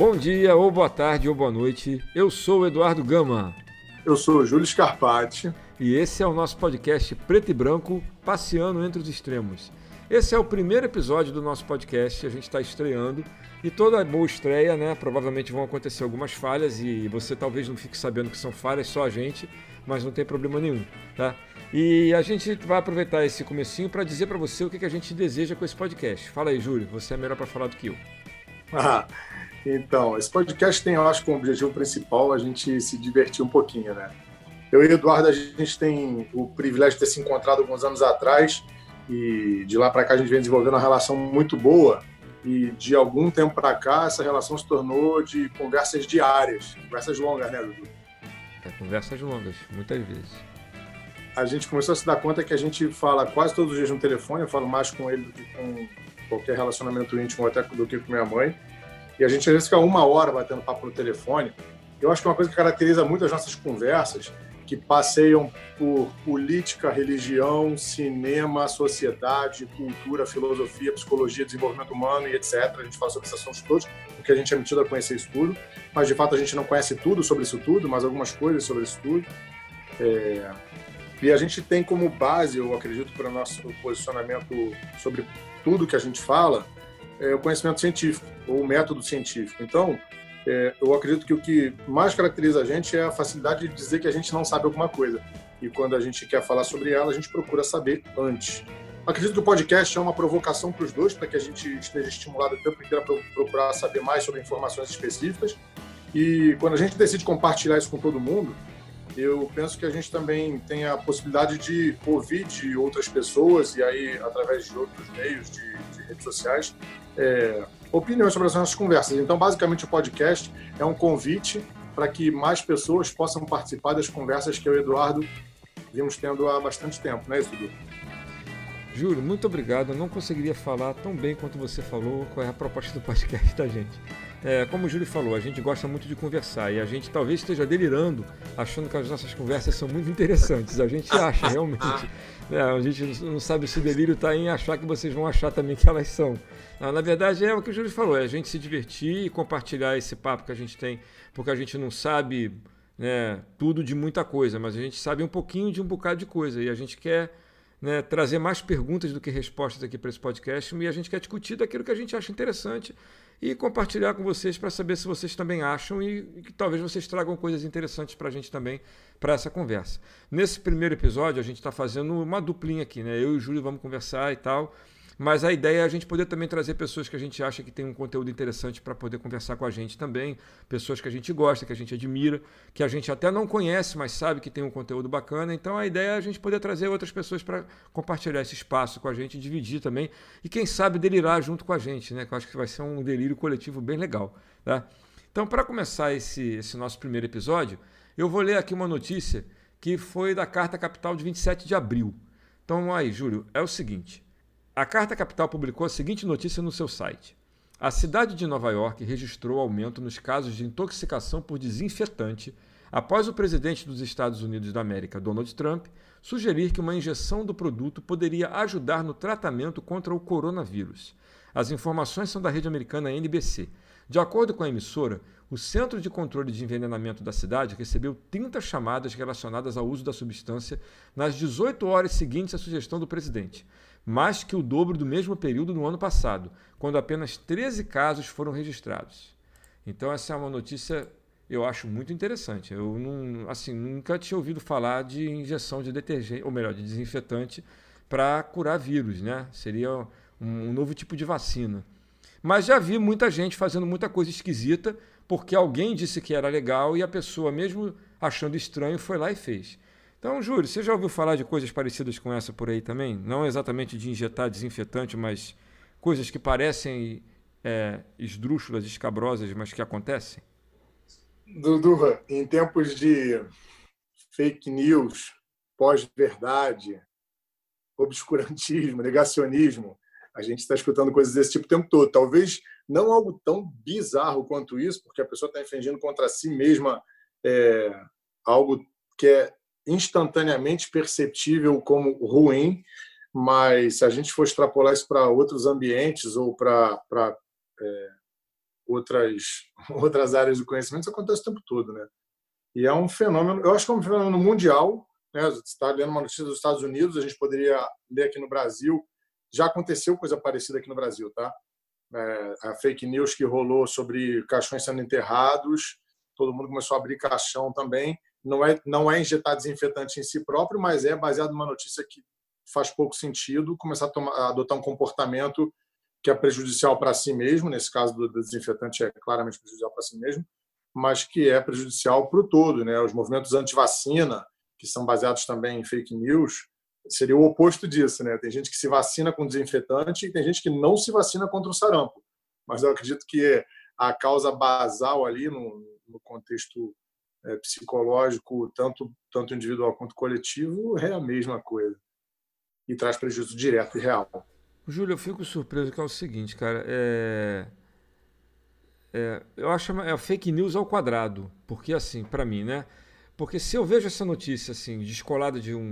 Bom dia, ou boa tarde, ou boa noite. Eu sou o Eduardo Gama. Eu sou o Júlio Scarpati. E esse é o nosso podcast Preto e Branco, passeando entre os extremos. Esse é o primeiro episódio do nosso podcast, a gente está estreando. E toda boa estreia, né? Provavelmente vão acontecer algumas falhas e você talvez não fique sabendo que são falhas, só a gente, mas não tem problema nenhum, tá? E a gente vai aproveitar esse comecinho para dizer para você o que a gente deseja com esse podcast. Fala aí, Júlio, você é melhor para falar do que eu. Então, esse podcast tem, eu acho, como objetivo principal a gente se divertir um pouquinho, né? Eu e o Eduardo, a gente tem o privilégio de ter se encontrado alguns anos atrás e de lá para cá a gente vem desenvolvendo uma relação muito boa e de algum tempo para cá essa relação se tornou de conversas diárias, conversas longas, né, Dudu? Conversas longas, muitas vezes. A gente começou a se dar conta que a gente fala quase todos os dias no telefone, eu falo mais com ele do que com qualquer relacionamento íntimo, até do que com minha mãe. E a gente às vezes fica 1 hora batendo papo no telefone. Eu acho que uma coisa que caracteriza muito as nossas conversas, que passeiam por política, religião, cinema, sociedade, cultura, filosofia, psicologia, desenvolvimento humano e etc. A gente fala sobre esses assuntos todos, porque a gente é metido a conhecer isso tudo, mas de fato a gente não conhece tudo sobre isso tudo, mas algumas coisas sobre isso tudo. E a gente tem como base, eu acredito, para o nosso posicionamento sobre tudo que a gente fala, o conhecimento científico, ou o método científico. Então, eu acredito que o que mais caracteriza a gente é a facilidade de dizer que a gente não sabe alguma coisa. E quando a gente quer falar sobre ela, a gente procura saber antes. Acredito que o podcast é uma provocação para os dois, para que a gente esteja estimulado o tempo inteiro a procurar saber mais sobre informações específicas. E quando a gente decide compartilhar isso com todo mundo, eu penso que a gente também tem a possibilidade de ouvir de outras pessoas, e aí, através de outros meios, de redes sociais, opiniões sobre as nossas conversas. Então, basicamente, o podcast é um convite para que mais pessoas possam participar das conversas que eu e o Eduardo vimos tendo há bastante tempo, não é isso, Dudu? Júlio, muito obrigado. Eu não conseguiria falar tão bem quanto você falou qual é a proposta do podcast da gente. Como o Júlio falou, a gente gosta muito de conversar e a gente talvez esteja delirando, achando que as nossas conversas são muito interessantes. A gente acha, realmente. A gente não sabe se o delírio está em achar que vocês vão achar também que elas são. Na verdade, é o que o Júlio falou, é a gente se divertir e compartilhar esse papo que a gente tem, porque a gente não sabe, né, tudo de muita coisa, mas a gente sabe um pouquinho de um bocado de coisa e a gente quer, né, trazer mais perguntas do que respostas aqui para esse podcast e a gente quer discutir daquilo que a gente acha interessante e compartilhar com vocês para saber se vocês também acham e que talvez vocês tragam coisas interessantes para a gente também, para essa conversa. Nesse primeiro episódio, a gente está fazendo uma duplinha aqui, né? Eu e o Júlio vamos conversar e tal, mas a ideia é a gente poder também trazer pessoas que a gente acha que tem um conteúdo interessante para poder conversar com a gente também, pessoas que a gente gosta, que a gente admira, que a gente até não conhece, mas sabe que tem um conteúdo bacana. Então a ideia é a gente poder trazer outras pessoas para compartilhar esse espaço com a gente, dividir também e quem sabe delirar junto com a gente, né? Que eu acho que vai ser um delírio coletivo bem legal, tá? Então, para começar esse nosso primeiro episódio, eu vou ler aqui uma notícia que foi da Carta Capital de 27 de abril. Então aí, Júlio, é o seguinte: a Carta Capital publicou a seguinte notícia no seu site. A cidade de Nova York registrou aumento nos casos de intoxicação por desinfetante após o presidente dos Estados Unidos da América, Donald Trump, sugerir que uma injeção do produto poderia ajudar no tratamento contra o coronavírus. As informações são da rede americana NBC. De acordo com a emissora, o Centro de Controle de Envenenamento da cidade recebeu 30 chamadas relacionadas ao uso da substância nas 18 horas seguintes à sugestão do presidente, mais que o dobro do mesmo período no ano passado, quando apenas 13 casos foram registrados. Então essa é uma notícia, eu acho muito interessante. Eu nunca tinha ouvido falar de injeção de detergente, ou melhor, de desinfetante para curar vírus, né? Seria um novo tipo de vacina. Mas já vi muita gente fazendo muita coisa esquisita, porque alguém disse que era legal e a pessoa, mesmo achando estranho, foi lá e fez. Então, Júlio, você já ouviu falar de coisas parecidas com essa por aí também? Não exatamente de injetar desinfetante, mas coisas que parecem esdrúxulas, escabrosas, mas que acontecem? Dudu, em tempos de fake news, pós-verdade, obscurantismo, negacionismo, a gente está escutando coisas desse tipo o tempo todo. Talvez não algo tão bizarro quanto isso, porque a pessoa está infringindo contra si mesma algo que é instantaneamente perceptível como ruim, mas se a gente for extrapolar isso para outros ambientes ou para outras áreas do conhecimento, isso acontece o tempo todo, né? E é um fenômeno, eu acho que é um fenômeno mundial, né? Você está lendo uma notícia dos Estados Unidos, a gente poderia ler aqui no Brasil, já aconteceu coisa parecida aqui no Brasil, tá? A fake news que rolou sobre caixões sendo enterrados, todo mundo começou a abrir caixão também, não é injetar desinfetante em si próprio, mas é baseado numa notícia que faz pouco sentido, começar a adotar um comportamento que é prejudicial para si mesmo, nesse caso do desinfetante é claramente prejudicial para si mesmo, mas que é prejudicial para o todo, né? Os movimentos anti-vacina, que são baseados também em fake news, seria o oposto disso, né? Tem gente que se vacina com desinfetante e tem gente que não se vacina contra o sarampo. Mas eu acredito que a causa basal ali, no contexto psicológico, tanto individual quanto coletivo, é a mesma coisa. E traz prejuízo direto e real. Júlio, eu fico surpreso que é o seguinte, cara. Eu acho fake news ao quadrado. Porque, assim, para mim, né? Porque se eu vejo essa notícia assim, descolada de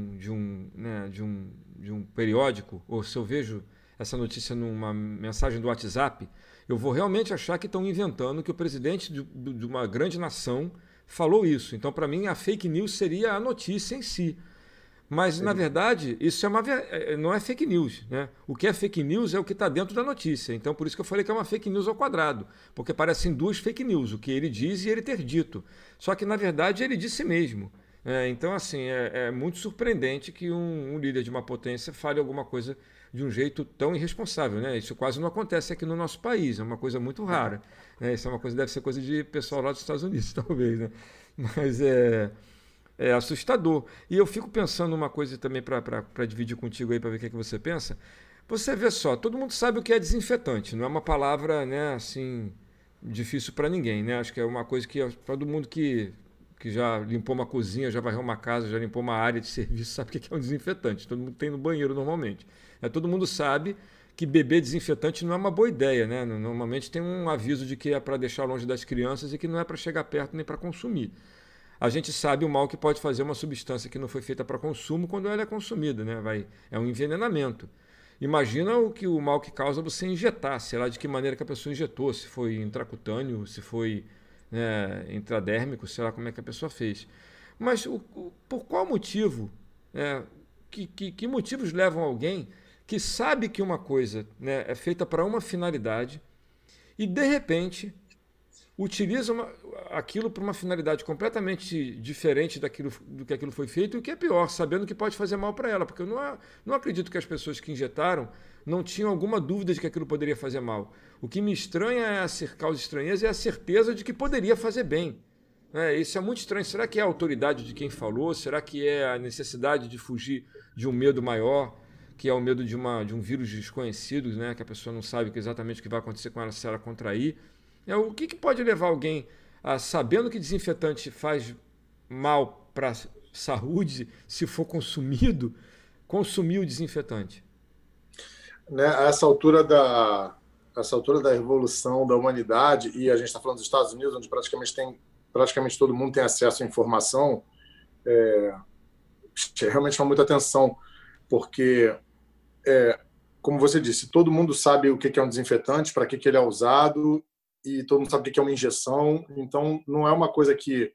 um periódico, ou se eu vejo essa notícia numa mensagem do WhatsApp, eu vou realmente achar que estão inventando que o presidente de uma grande nação falou isso. Então, para mim, a fake news seria a notícia em si. Mas, na verdade, isso não é fake news, né? O que é fake news é o que está dentro da notícia. Então, por isso que eu falei que é uma fake news ao quadrado. Porque parecem duas fake news, o que ele diz e ele ter dito. Só que, na verdade, ele disse mesmo. Então, assim, é muito surpreendente que um líder de uma potência fale alguma coisa de um jeito tão irresponsável, né? Isso quase não acontece aqui no nosso país, é uma coisa muito rara. Isso é uma coisa, deve ser coisa de pessoal lá dos Estados Unidos, talvez, né? Mas é assustador. E eu fico pensando uma coisa também para dividir contigo aí, para ver o que é que você pensa. Você vê só, todo mundo sabe o que é desinfetante, não é uma palavra, né, assim, difícil para ninguém, né? Acho que é uma coisa que todo mundo que já limpou uma cozinha, já varreu uma casa, já limpou uma área de serviço, sabe o que é um desinfetante. Todo mundo tem no banheiro normalmente. Todo mundo sabe que beber desinfetante não é uma boa ideia, né? Normalmente tem um aviso de que é para deixar longe das crianças e que não é para chegar perto nem para consumir. A gente sabe o mal que pode fazer uma substância que não foi feita para consumo quando ela é consumida, né? É um envenenamento. Imagina o mal que causa você injetar, sei lá de que maneira que a pessoa injetou, se foi intracutâneo, se foi, né, intradérmico, sei lá como é que a pessoa fez. Mas por qual motivo, que motivos levam alguém que sabe que uma coisa, né, é feita para uma finalidade e de repente utiliza aquilo para uma finalidade completamente diferente do que aquilo foi feito, e o que é pior, sabendo que pode fazer mal para ela, porque eu não acredito que as pessoas que injetaram não tinham alguma dúvida de que aquilo poderia fazer mal. O que me estranha causa estranheza é a certeza de que poderia fazer bem. Isso é muito estranho. Será que é a autoridade de quem falou? Será que é a necessidade de fugir de um medo maior, que é o medo de um vírus desconhecido, né, que a pessoa não sabe exatamente o que vai acontecer com ela se ela contrair? O que pode levar alguém, sabendo que desinfetante faz mal para a saúde, se for consumido, consumir o desinfetante? A essa altura da evolução da humanidade, e a gente está falando dos Estados Unidos, onde praticamente todo mundo tem acesso à informação, realmente chama muita atenção, porque, como você disse, todo mundo sabe o que é um desinfetante, para que ele é usado, e todo mundo sabe o que é uma injeção, então não é uma coisa que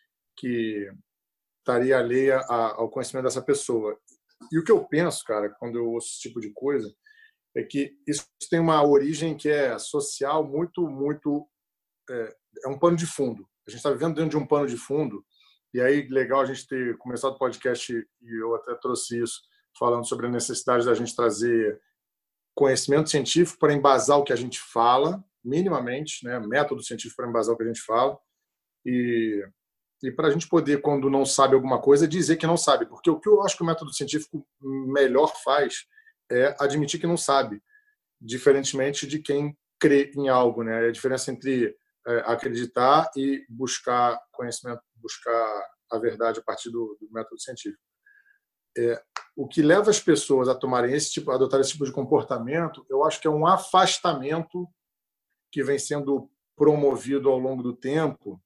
estaria alheia ao conhecimento dessa pessoa. E o que eu penso, cara, quando eu ouço esse tipo de coisa, é que isso tem uma origem que é social muito, muito... É um pano de fundo. A gente está vivendo dentro de um pano de fundo, e aí legal a gente ter começado o podcast, e eu até trouxe isso, falando sobre a necessidade da gente trazer conhecimento científico para embasar o que a gente fala, minimamente, né, método científico para embasar o que a gente fala, e para a gente poder, quando não sabe alguma coisa, dizer que não sabe, porque o que eu acho que o método científico melhor faz é admitir que não sabe, diferentemente de quem crê em algo, né? A diferença entre acreditar e buscar conhecimento, buscar a verdade a partir do método científico. O que leva as pessoas a tomarem a adotar esse tipo de comportamento, eu acho que é um afastamento que vem sendo promovido ao longo do tempo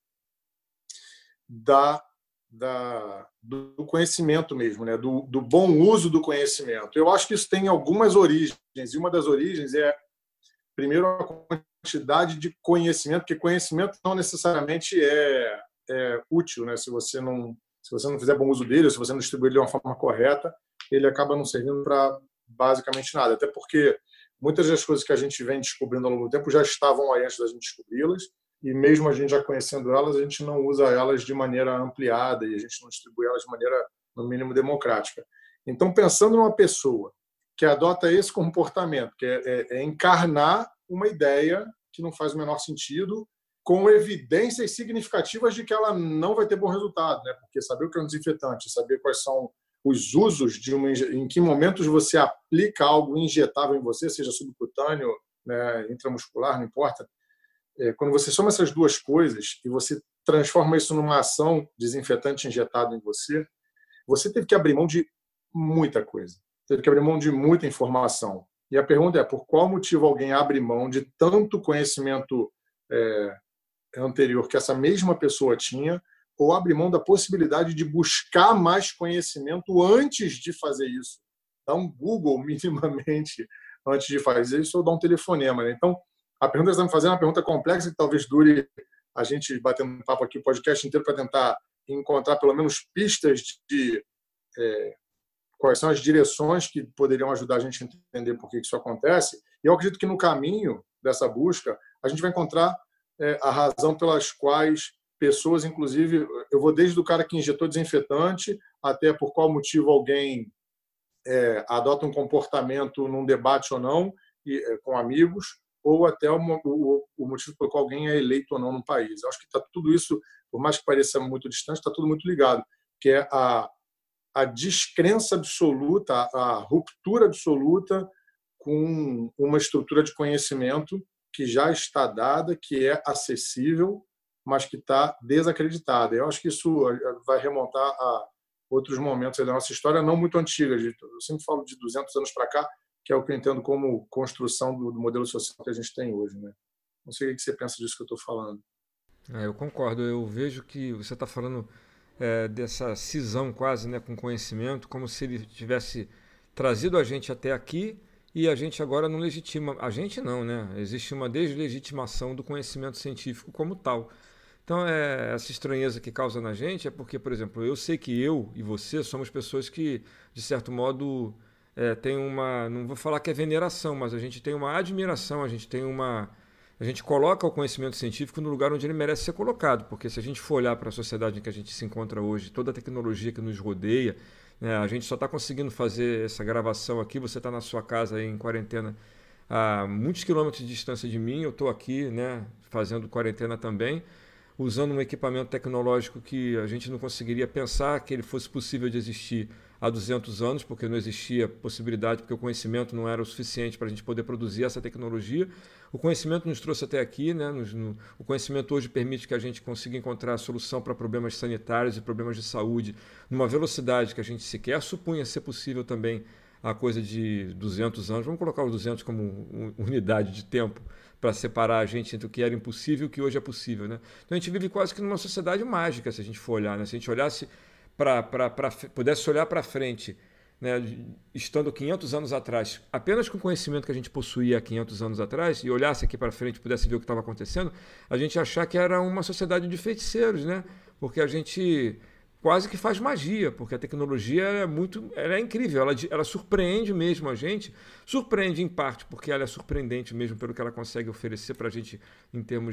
do conhecimento mesmo, né? do bom uso do conhecimento. Eu acho que isso tem algumas origens, e uma das origens é, primeiro, a quantidade de conhecimento, porque conhecimento não necessariamente é útil, né? Se você não fizer bom uso dele, ou se você não distribuir ele de uma forma correta, ele acaba não servindo para basicamente nada. Até porque muitas das coisas que a gente vem descobrindo ao longo do tempo já estavam aí antes da gente descobri-las, e mesmo a gente já conhecendo elas, a gente não usa elas de maneira ampliada e a gente não distribui elas de maneira, no mínimo, democrática. Então, pensando numa pessoa que adota esse comportamento, que é encarnar uma ideia que não faz o menor sentido, com evidências significativas de que ela não vai ter bom resultado, né? Porque saber o que é um desinfetante, saber quais são os usos em que momentos você aplica algo injetável em você, seja subcutâneo, né, intramuscular, não importa. Quando você soma essas duas coisas e você transforma isso numa ação desinfetante injetado em você, você teve que abrir mão de muita coisa. Teve que abrir mão de muita informação. E a pergunta é, por qual motivo alguém abre mão de tanto conhecimento anterior que essa mesma pessoa tinha, ou abre mão da possibilidade de buscar mais conhecimento antes de fazer isso? Dá um Google minimamente antes de fazer isso, ou dá um telefonema, né? Então, a pergunta que você está me fazendo é uma pergunta complexa que talvez dure a gente batendo um papo aqui o podcast inteiro para tentar encontrar pelo menos pistas de quais são as direções que poderiam ajudar a gente a entender por que isso acontece. E eu acredito que no caminho dessa busca a gente vai encontrar a razão pelas quais pessoas, inclusive, eu vou desde o cara que injetou desinfetante até por qual motivo alguém adota um comportamento num debate ou não, com amigos, ou até o motivo pelo qual alguém é eleito ou não no país. Eu acho que está tudo isso, por mais que pareça muito distante, está tudo muito ligado, que é a descrença absoluta, a ruptura absoluta com uma estrutura de conhecimento que já está dada, que é acessível, mas que está desacreditada. Eu acho que isso vai remontar a outros momentos da nossa história, não muito antigas. Eu sempre falo de 200 anos para cá, que é o que eu entendo como construção do modelo social que a gente tem hoje, né? Não sei o que você pensa disso que eu estou falando. Eu concordo. Eu vejo que você está falando dessa cisão quase, né, com conhecimento, como se ele tivesse trazido a gente até aqui e a gente agora não legitima. A gente não, né? Existe uma deslegitimação do conhecimento científico como tal. Então, essa estranheza que causa na gente é porque, por exemplo, eu sei que eu e você somos pessoas que, de certo modo, tem uma, não vou falar que é veneração, mas a gente tem uma admiração, a gente coloca o conhecimento científico no lugar onde ele merece ser colocado, porque se a gente for olhar para a sociedade em que a gente se encontra hoje, toda a tecnologia que nos rodeia, né, a gente só está conseguindo fazer essa gravação aqui, você está na sua casa aí em quarentena a muitos quilômetros de distância de mim, eu estou aqui, né, fazendo quarentena também, usando um equipamento tecnológico que a gente não conseguiria pensar que ele fosse possível de existir há 200 anos, porque não existia possibilidade, porque o conhecimento não era o suficiente para a gente poder produzir essa tecnologia. O conhecimento nos trouxe até aqui, né? O conhecimento hoje permite que a gente consiga encontrar a solução para problemas sanitários e problemas de saúde numa velocidade que a gente sequer supunha ser possível também há coisa de 200 anos. Vamos colocar os 200 como unidade de tempo, para separar a gente entre o que era impossível e o que hoje é possível, né? Então a gente vive quase que numa sociedade mágica, se a gente for olhar, né? Se a gente olhasse pudesse olhar para frente, né, estando 500 anos atrás, apenas com o conhecimento que a gente possuía há 500 anos atrás, e olhasse aqui para frente e pudesse ver o que estava acontecendo, a gente ia achar que era uma sociedade de feiticeiros, né? Porque a gente quase que faz magia, porque a tecnologia ela é incrível, ela surpreende mesmo a gente, surpreende em parte porque ela é surpreendente mesmo pelo que ela consegue oferecer para a gente em termos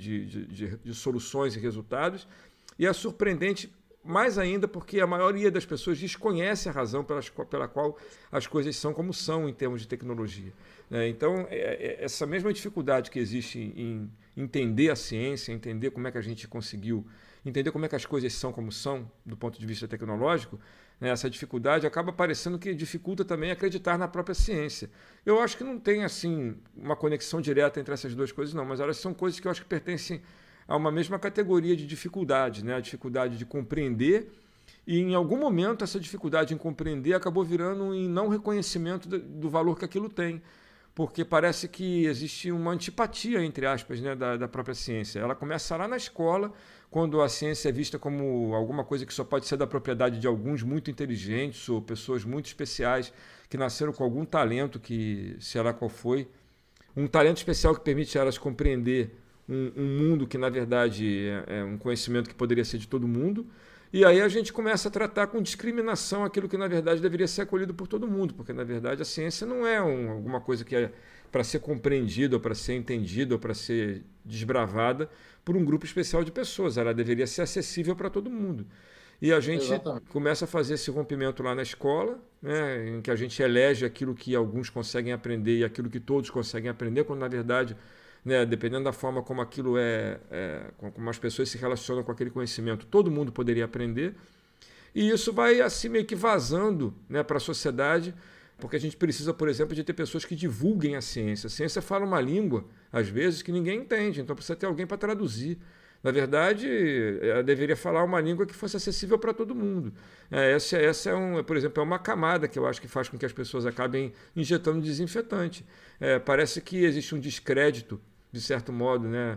de soluções e resultados, e é surpreendente mais ainda porque a maioria das pessoas desconhece a razão pela qual as coisas são como são em termos de tecnologia. Então, essa mesma dificuldade que existe em entender a ciência, entender como é que a gente conseguiu, entender como é que as coisas são como são do ponto de vista tecnológico, né, essa dificuldade acaba parecendo que dificulta também acreditar na própria ciência. Eu acho que não tem assim uma conexão direta entre essas duas coisas, não, mas elas são coisas que eu acho que pertencem a uma mesma categoria de dificuldade, né? A dificuldade de compreender, e em algum momento essa dificuldade em compreender acabou virando em não reconhecimento do valor que aquilo tem, porque parece que existe uma antipatia, entre aspas, né, da própria ciência. Ela começa lá na escola, quando a ciência é vista como alguma coisa que só pode ser da propriedade de alguns muito inteligentes ou pessoas muito especiais que nasceram com algum talento, que sei lá qual foi, um talento especial que permite a elas compreender um mundo que, na verdade, é um conhecimento que poderia ser de todo mundo. E aí a gente começa a tratar com discriminação aquilo que, na verdade, deveria ser acolhido por todo mundo, porque, na verdade, a ciência não é alguma coisa que é para ser compreendida, ou para ser entendida, ou para ser desbravada por um grupo especial de pessoas. Ela deveria ser acessível para todo mundo. E a gente Exatamente. começa a fazer esse rompimento lá na escola, né, em que a gente elege aquilo que alguns conseguem aprender e aquilo que todos conseguem aprender, quando, na verdade, né, dependendo da forma como aquilo como as pessoas se relacionam com aquele conhecimento, todo mundo poderia aprender. E isso vai assim meio que vazando, né, para a sociedade, porque a gente precisa, por exemplo, de ter pessoas que divulguem a ciência. A ciência fala uma língua, às vezes, que ninguém entende, então precisa ter alguém para traduzir. Na verdade, ela deveria falar uma língua que fosse acessível para todo mundo. Essa por exemplo, é uma camada que eu acho que faz com que as pessoas acabem injetando desinfetante. Parece que existe um descrédito, de certo modo, né,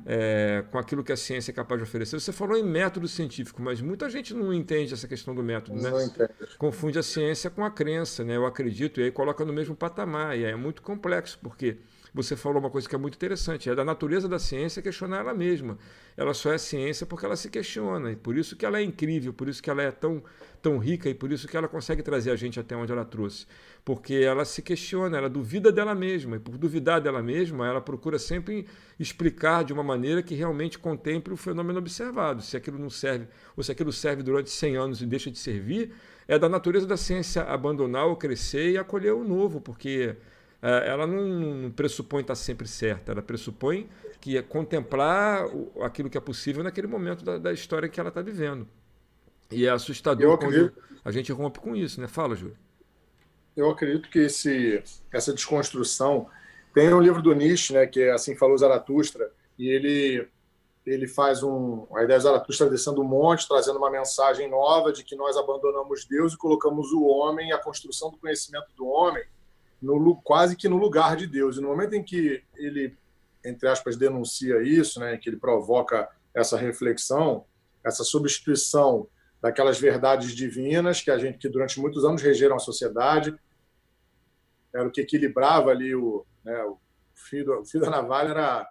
com aquilo que a ciência é capaz de oferecer. Você falou em método científico, mas muita gente não entende essa questão do método, né? Não entendo. Confunde a ciência com a crença, né? Eu acredito, e aí coloca no mesmo patamar. E aí é muito complexo, porque você falou uma coisa que é muito interessante, é da natureza da ciência questionar ela mesma. Ela só é ciência porque ela se questiona, e por isso que ela é incrível, por isso que ela é tão rica, e por isso que ela consegue trazer a gente até onde ela trouxe. Porque ela se questiona, ela duvida dela mesma, e por duvidar dela mesma, ela procura sempre explicar de uma maneira que realmente contemple o fenômeno observado. Se aquilo não serve, ou se aquilo serve durante 100 anos e deixa de servir, é da natureza da ciência abandonar ou crescer e acolher o novo, porque ela não pressupõe estar sempre certa, ela pressupõe que é contemplar aquilo que é possível naquele momento da história que ela está vivendo. E é Eu assustador quando acredito, a gente rompe com isso, né? Fala, Júlio. eu acredito que essa desconstrução tem um livro do Nietzsche, né, que é Assim Falou Zaratustra, e ele faz a ideia de Zaratustra descendo um monte, trazendo uma mensagem nova de que nós abandonamos Deus e colocamos o homem, a construção do conhecimento do homem, quase que no lugar de Deus. E no momento em que ele, entre aspas, denuncia isso, né, que ele provoca essa reflexão, essa substituição daquelas verdades divinas que durante muitos anos regeram a sociedade, era o que equilibrava ali o fio da navalha era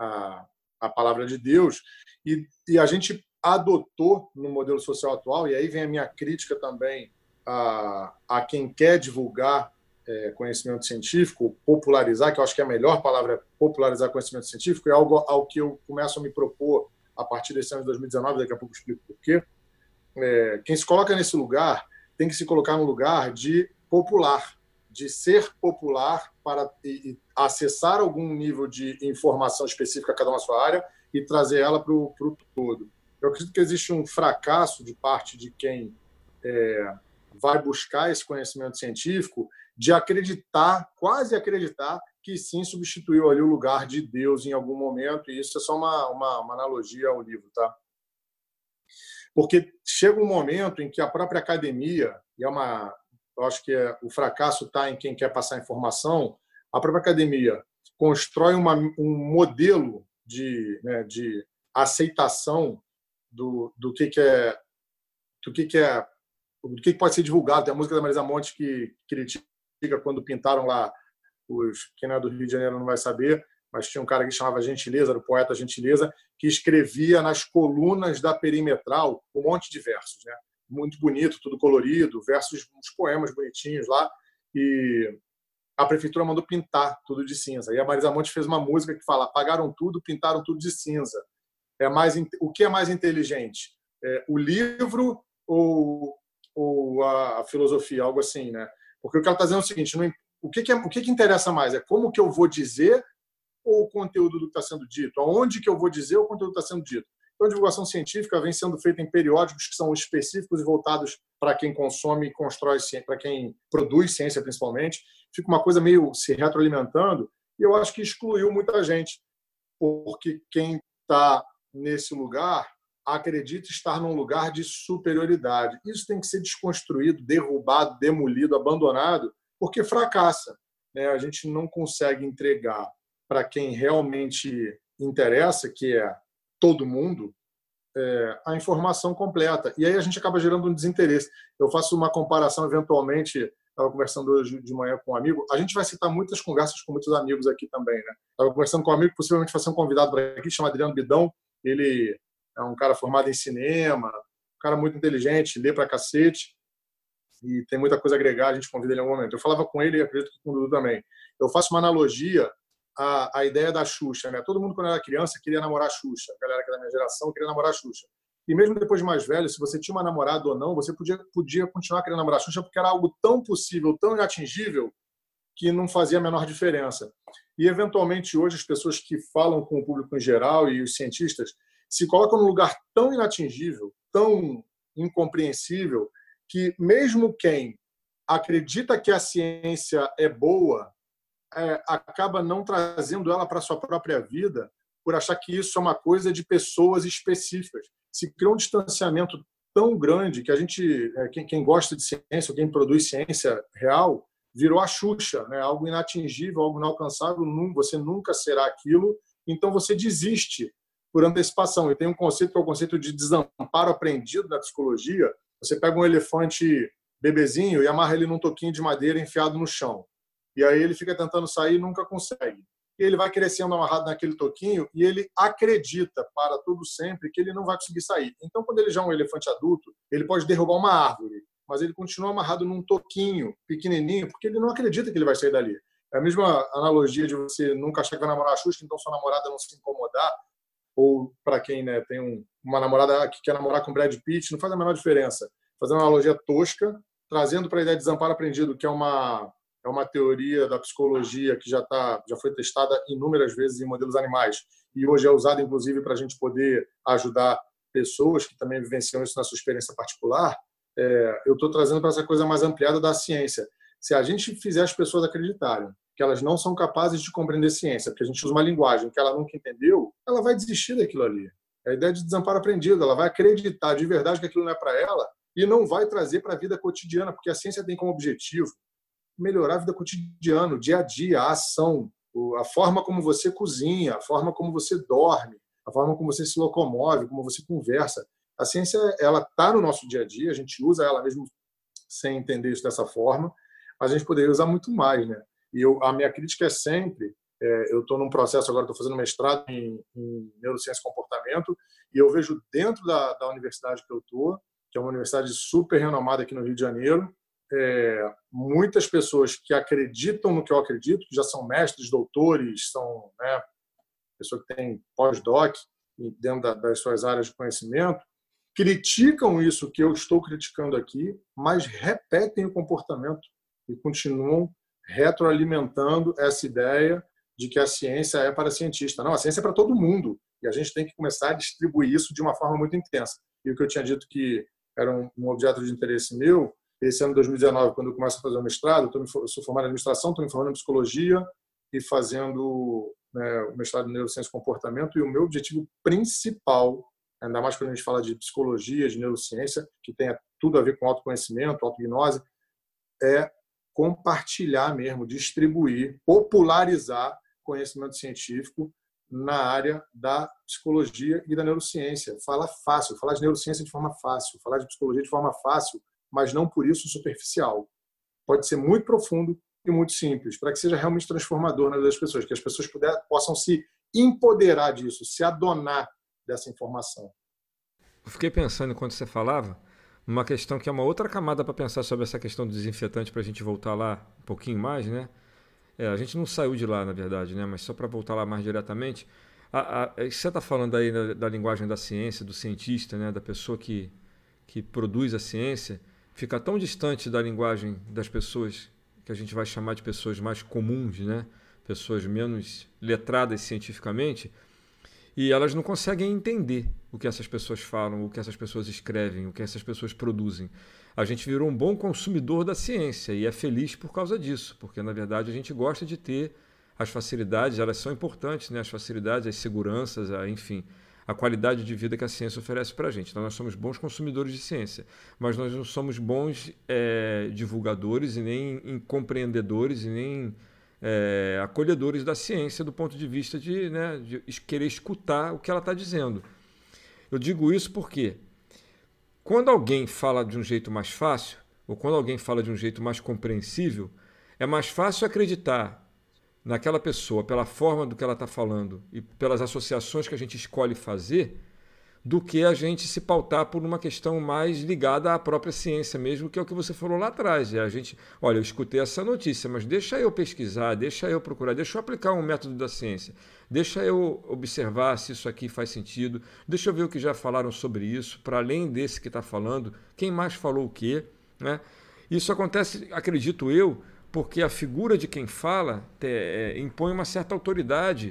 a palavra de Deus, e a gente adotou no modelo social atual, e aí vem a minha crítica também a quem quer divulgar conhecimento científico, popularizar, que eu acho que a melhor palavra é popularizar conhecimento científico, é algo ao que eu começo a me propor a partir desse ano de 2019, daqui a pouco eu explico por quê. Quem se coloca nesse lugar tem que se colocar no lugar de popular, de ser popular para acessar algum nível de informação específica a cada uma sua área e trazer ela para o todo. Eu acredito que existe um fracasso de parte de quem vai buscar esse conhecimento científico de acreditar, quase acreditar, que sim substituiu ali o lugar de Deus em algum momento, e isso é só uma analogia ao livro, tá? Porque chega um momento em que a própria academia, eu acho que o fracasso está em quem quer passar informação, a própria academia constrói um modelo de aceitação do que pode ser divulgado. Tem a música da Marisa Monte que critica quando pintaram lá, quem não é do Rio de Janeiro não vai saber, mas tinha um cara que chamava Gentileza, era o poeta Gentileza, que escrevia nas colunas da Perimetral um monte de versos, né? Muito bonito, tudo colorido, versos, uns poemas bonitinhos lá, e a prefeitura mandou pintar tudo de cinza. E a Marisa Monte fez uma música que fala: apagaram tudo, pintaram tudo de cinza. O que é mais inteligente? O livro ou a filosofia, algo assim, né? Porque o que ela está dizendo é o seguinte: o que interessa mais? É como que eu vou dizer ou o conteúdo do que está sendo dito? Aonde que eu vou dizer ou o conteúdo que está sendo dito? Então, a divulgação científica vem sendo feita em periódicos que são específicos e voltados para quem consome e constrói ciência, para quem produz ciência, principalmente. Fica uma coisa meio se retroalimentando, e eu acho que excluiu muita gente, porque quem está nesse lugar acredita estar num lugar de superioridade. Isso tem que ser desconstruído, derrubado, demolido, abandonado, porque fracassa, né? A gente não consegue entregar para quem realmente interessa, que é todo mundo, a informação completa. E aí a gente acaba gerando um desinteresse. Eu faço uma comparação, eventualmente, Estava conversando hoje de manhã com um amigo. A gente vai citar muitas conversas com muitos amigos aqui também, né? Estava conversando com um amigo que possivelmente vai ser um convidado para aqui, chama Adriano Bidão. Ele é um cara formado em cinema, um cara muito inteligente, lê pra cacete e tem muita coisa a agregar. A gente convida ele em algum momento. Eu falava com ele e acredito que com o Dudu também. Eu faço uma analogia à ideia da Xuxa, né? Todo mundo, quando era criança, queria namorar a Xuxa. A galera que é da minha geração queria namorar a Xuxa. E mesmo depois de mais velho, se você tinha uma namorada ou não, você podia continuar querendo namorar a Xuxa porque era algo tão possível, tão inatingível, que não fazia a menor diferença. E, eventualmente, hoje, as pessoas que falam com o público em geral e os cientistas se colocam num lugar tão inatingível, tão incompreensível, que mesmo quem acredita que a ciência é boa acaba não trazendo ela para a sua própria vida por achar que isso é uma coisa de pessoas específicas. Se criou um distanciamento tão grande que a gente, quem gosta de ciência, quem produz ciência real, virou a Xuxa, né? Algo inatingível, algo inalcançável, você nunca será aquilo, então você desiste por antecipação. E tem um conceito que é o conceito de desamparo aprendido na psicologia. Você pega um elefante bebezinho e amarra ele num toquinho de madeira enfiado no chão. E aí ele fica tentando sair e nunca consegue. E ele vai crescendo amarrado naquele toquinho e ele acredita para todo sempre que ele não vai conseguir sair. Então, quando ele já é um elefante adulto, ele pode derrubar uma árvore, mas ele continua amarrado num toquinho pequenininho porque ele não acredita que ele vai sair dali. É a mesma analogia de você nunca achar que vai namorar a Xuxa, então sua namorada não se incomodar, ou para quem, né, tem uma namorada que quer namorar com Brad Pitt, não faz a menor diferença. Fazendo uma analogia tosca, trazendo para a ideia de desamparo aprendido, que é uma teoria da psicologia que já foi testada inúmeras vezes em modelos animais e hoje é usada, inclusive, para a gente poder ajudar pessoas que também vivenciam isso na sua experiência particular. Eu estou trazendo para essa coisa mais ampliada da ciência. Se a gente fizer as pessoas acreditarem que elas não são capazes de compreender ciência, porque a gente usa uma linguagem que ela nunca entendeu, ela vai desistir daquilo ali. É a ideia de desamparo aprendido. Ela vai acreditar de verdade que aquilo não é para ela e não vai trazer para a vida cotidiana, porque a ciência tem como objetivo melhorar a vida cotidiana, o dia a dia, a ação, a forma como você cozinha, a forma como você dorme, a forma como você se locomove, como você conversa. A ciência, ela está no nosso dia a dia, a gente usa ela mesmo sem entender isso dessa forma, mas a gente poderia usar muito mais, né? E a minha crítica é sempre, eu estou num processo agora, estou fazendo mestrado em neurociência e comportamento, e eu vejo dentro da universidade que eu estou, que é uma universidade super renomada aqui no Rio de Janeiro, muitas pessoas que acreditam no que eu acredito, que já são mestres, doutores, são, né, pessoa que tem pós-doc dentro das suas áreas de conhecimento, criticam isso que eu estou criticando aqui, mas repetem o comportamento e continuam retroalimentando essa ideia de que a ciência é para cientista. Não, a ciência é para todo mundo e a gente tem que começar a distribuir isso de uma forma muito intensa. E o que eu tinha dito que era um objeto de interesse meu, esse ano de 2019, quando eu começo a fazer o mestrado, eu sou formado em administração, estou me formando em psicologia e fazendo, né, o mestrado em neurociência e comportamento, e o meu objetivo principal, ainda mais quando a gente fala de psicologia, de neurociência, que tem tudo a ver com autoconhecimento, autognose, é compartilhar mesmo, distribuir, popularizar conhecimento científico na área da psicologia e da neurociência. Falar fácil, falar de neurociência de forma fácil, falar de psicologia de forma fácil, mas não por isso superficial. Pode ser muito profundo e muito simples, para que seja realmente transformador na vida das pessoas, que as pessoas possam se empoderar disso, se adonar dessa informação. Eu fiquei pensando enquanto você falava, numa questão que é uma outra camada para pensar sobre essa questão do desinfetante, para a gente voltar lá um pouquinho mais, né? A gente não saiu de lá, na verdade, né? Mas só para voltar lá mais diretamente, você está falando aí da linguagem da ciência, do cientista, né? Da pessoa que produz a ciência, fica tão distante da linguagem das pessoas que a gente vai chamar de pessoas mais comuns, né? Pessoas menos letradas cientificamente, e elas não conseguem entender o que essas pessoas falam, o que essas pessoas escrevem, o que essas pessoas produzem. A gente virou um bom consumidor da ciência e é feliz por causa disso, porque na verdade a gente gosta de ter as facilidades, elas são importantes, né? As facilidades, as seguranças, enfim, a qualidade de vida que a ciência oferece para a gente. Então nós somos bons consumidores de ciência, mas nós não somos bons divulgadores e nem compreendedores e nem acolhedores da ciência do ponto de vista de querer escutar o que ela está dizendo. Eu digo isso porque quando alguém fala de um jeito mais fácil, ou quando alguém fala de um jeito mais compreensível, é mais fácil acreditar naquela pessoa pela forma do que ela está falando e pelas associações que a gente escolhe fazer, do que a gente se pautar por uma questão mais ligada à própria ciência mesmo, que é o que você falou lá atrás. A gente, olha, eu escutei essa notícia, mas deixa eu pesquisar, deixa eu procurar, deixa eu aplicar um método da ciência, deixa eu observar se isso aqui faz sentido, deixa eu ver o que já falaram sobre isso, para além desse que está falando, quem mais falou o quê, né? Isso acontece, acredito eu, porque a figura de quem fala impõe uma certa autoridade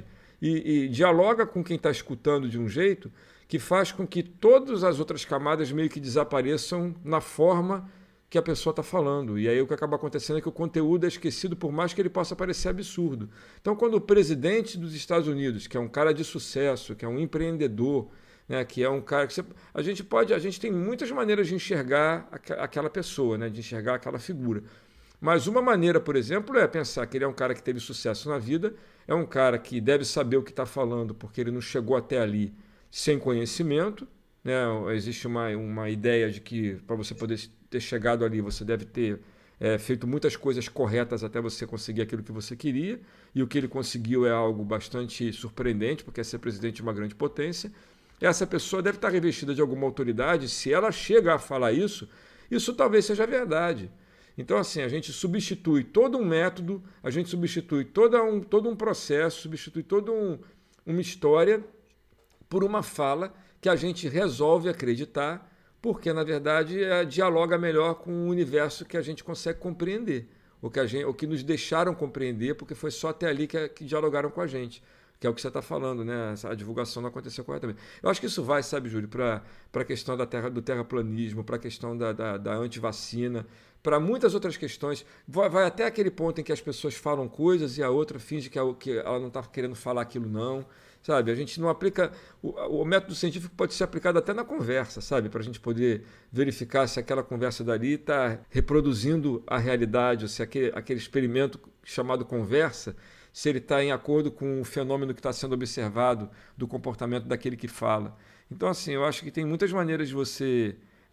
e dialoga com quem está escutando de um jeito que faz com que todas as outras camadas meio que desapareçam na forma que a pessoa está falando. E aí o que acaba acontecendo é que o conteúdo é esquecido, por mais que ele possa parecer absurdo. Então, quando o presidente dos Estados Unidos, que é um cara de sucesso, que é um empreendedor, né, que é um cara que a gente tem muitas maneiras de enxergar aquela pessoa, né, de enxergar aquela figura. Mas uma maneira, por exemplo, é pensar que ele é um cara que teve sucesso na vida, é um cara que deve saber o que está falando, porque ele não chegou até ali sem conhecimento, né? Existe uma ideia de que para você poder ter chegado ali, você deve ter feito muitas coisas corretas até você conseguir aquilo que você queria, e o que ele conseguiu é algo bastante surpreendente, porque é ser presidente de uma grande potência. Essa pessoa deve estar revestida de alguma autoridade, se ela chega a falar isso, isso talvez seja verdade. Então, assim, a gente substitui todo um método, a gente substitui todo um processo, substitui toda uma história por uma fala que a gente resolve acreditar, porque, na verdade, dialoga melhor com o universo que a gente consegue compreender, o que nos deixaram compreender, porque foi só até ali que dialogaram com a gente, que é o que você está falando, né? A divulgação não aconteceu corretamente. Eu acho que isso vai, sabe, Júlio, para a questão do terraplanismo, para a questão da antivacina, para muitas outras questões. Vai até aquele ponto em que as pessoas falam coisas e a outra finge que ela não está querendo falar aquilo, não. Sabe, a gente não aplica. O método científico pode ser aplicado até na conversa, sabe? Para a gente poder verificar se aquela conversa dali está reproduzindo a realidade, ou se aquele experimento chamado conversa, se ele está em acordo com o fenômeno que está sendo observado do comportamento daquele que fala. Então, assim, eu acho que tem muitas maneiras de você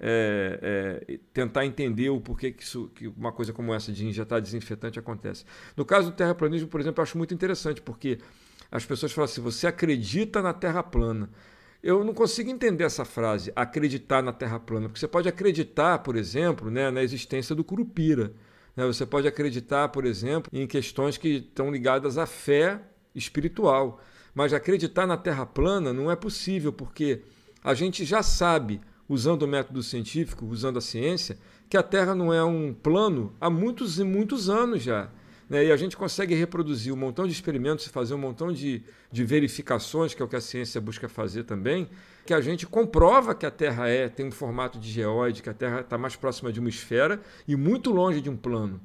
tentar entender o porquê que uma coisa como essa de injetar desinfetante acontece. No caso do terraplanismo, por exemplo, eu acho muito interessante, porque as pessoas falam assim, você acredita na Terra plana. Eu não consigo entender essa frase, acreditar na Terra plana, porque você pode acreditar, por exemplo, né, na existência do Curupira. Né? Você pode acreditar, por exemplo, em questões que estão ligadas à fé espiritual. Mas acreditar na Terra plana não é possível, porque a gente já sabe, usando o método científico, usando a ciência, que a Terra não é um plano há muitos e muitos anos já. E a gente consegue reproduzir um montão de experimentos e fazer um montão de verificações, que é o que a ciência busca fazer também, que a gente comprova que a Terra tem um formato de geóide, que a Terra está mais próxima de uma esfera e muito longe de um plano.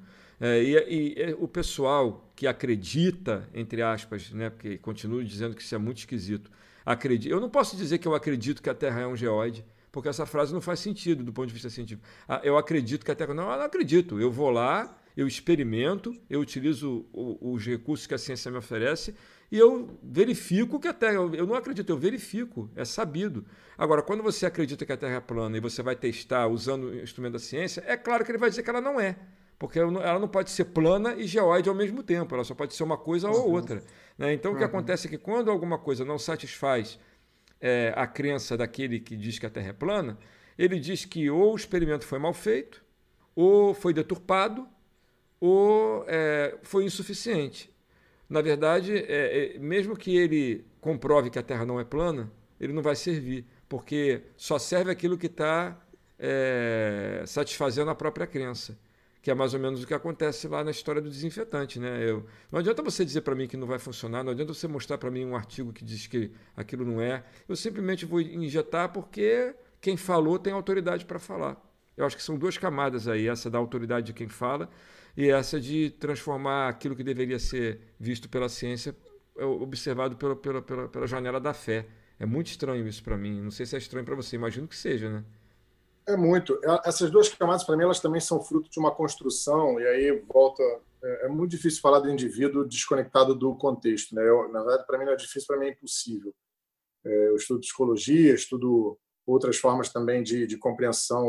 E o pessoal que acredita, entre aspas, né, porque continuo dizendo que isso é muito esquisito, eu não posso dizer que eu acredito que a Terra é um geóide, porque essa frase não faz sentido do ponto de vista científico. Eu acredito que a Terra... Não, eu não acredito. Eu vou lá, eu experimento, eu utilizo os recursos que a ciência me oferece e eu verifico que a Terra... Eu não acredito, eu verifico, é sabido. Agora, quando você acredita que a Terra é plana e você vai testar usando o instrumento da ciência, é claro que ele vai dizer que ela não é. Porque ela não pode ser plana e geóide ao mesmo tempo, ela só pode ser uma coisa ou outra. Né? Então, o que acontece é que quando alguma coisa não satisfaz a crença daquele que diz que a Terra é plana, ele diz que ou o experimento foi mal feito, ou foi deturpado, ou foi insuficiente. Na verdade, mesmo que ele comprove que a Terra não é plana, ele não vai servir, porque só serve aquilo que está satisfazendo a própria crença, que é mais ou menos o que acontece lá na história do desinfetante. Né? Não adianta você dizer para mim que não vai funcionar, não adianta você mostrar para mim um artigo que diz que aquilo não é. Eu simplesmente vou injetar porque quem falou tem autoridade para falar. Eu acho que são duas camadas aí, essa da autoridade de quem fala e essa de transformar aquilo que deveria ser visto pela ciência observado pela janela da fé. É muito estranho isso para mim. Não sei se é estranho para você, imagino que seja, né? É muito. Essas duas camadas, para mim, elas também são fruto de uma construção, e aí volta. É muito difícil falar do indivíduo desconectado do contexto. Né? Na verdade, para mim não é difícil, para mim é impossível. Eu estudo psicologia, estudo outras formas também de compreensão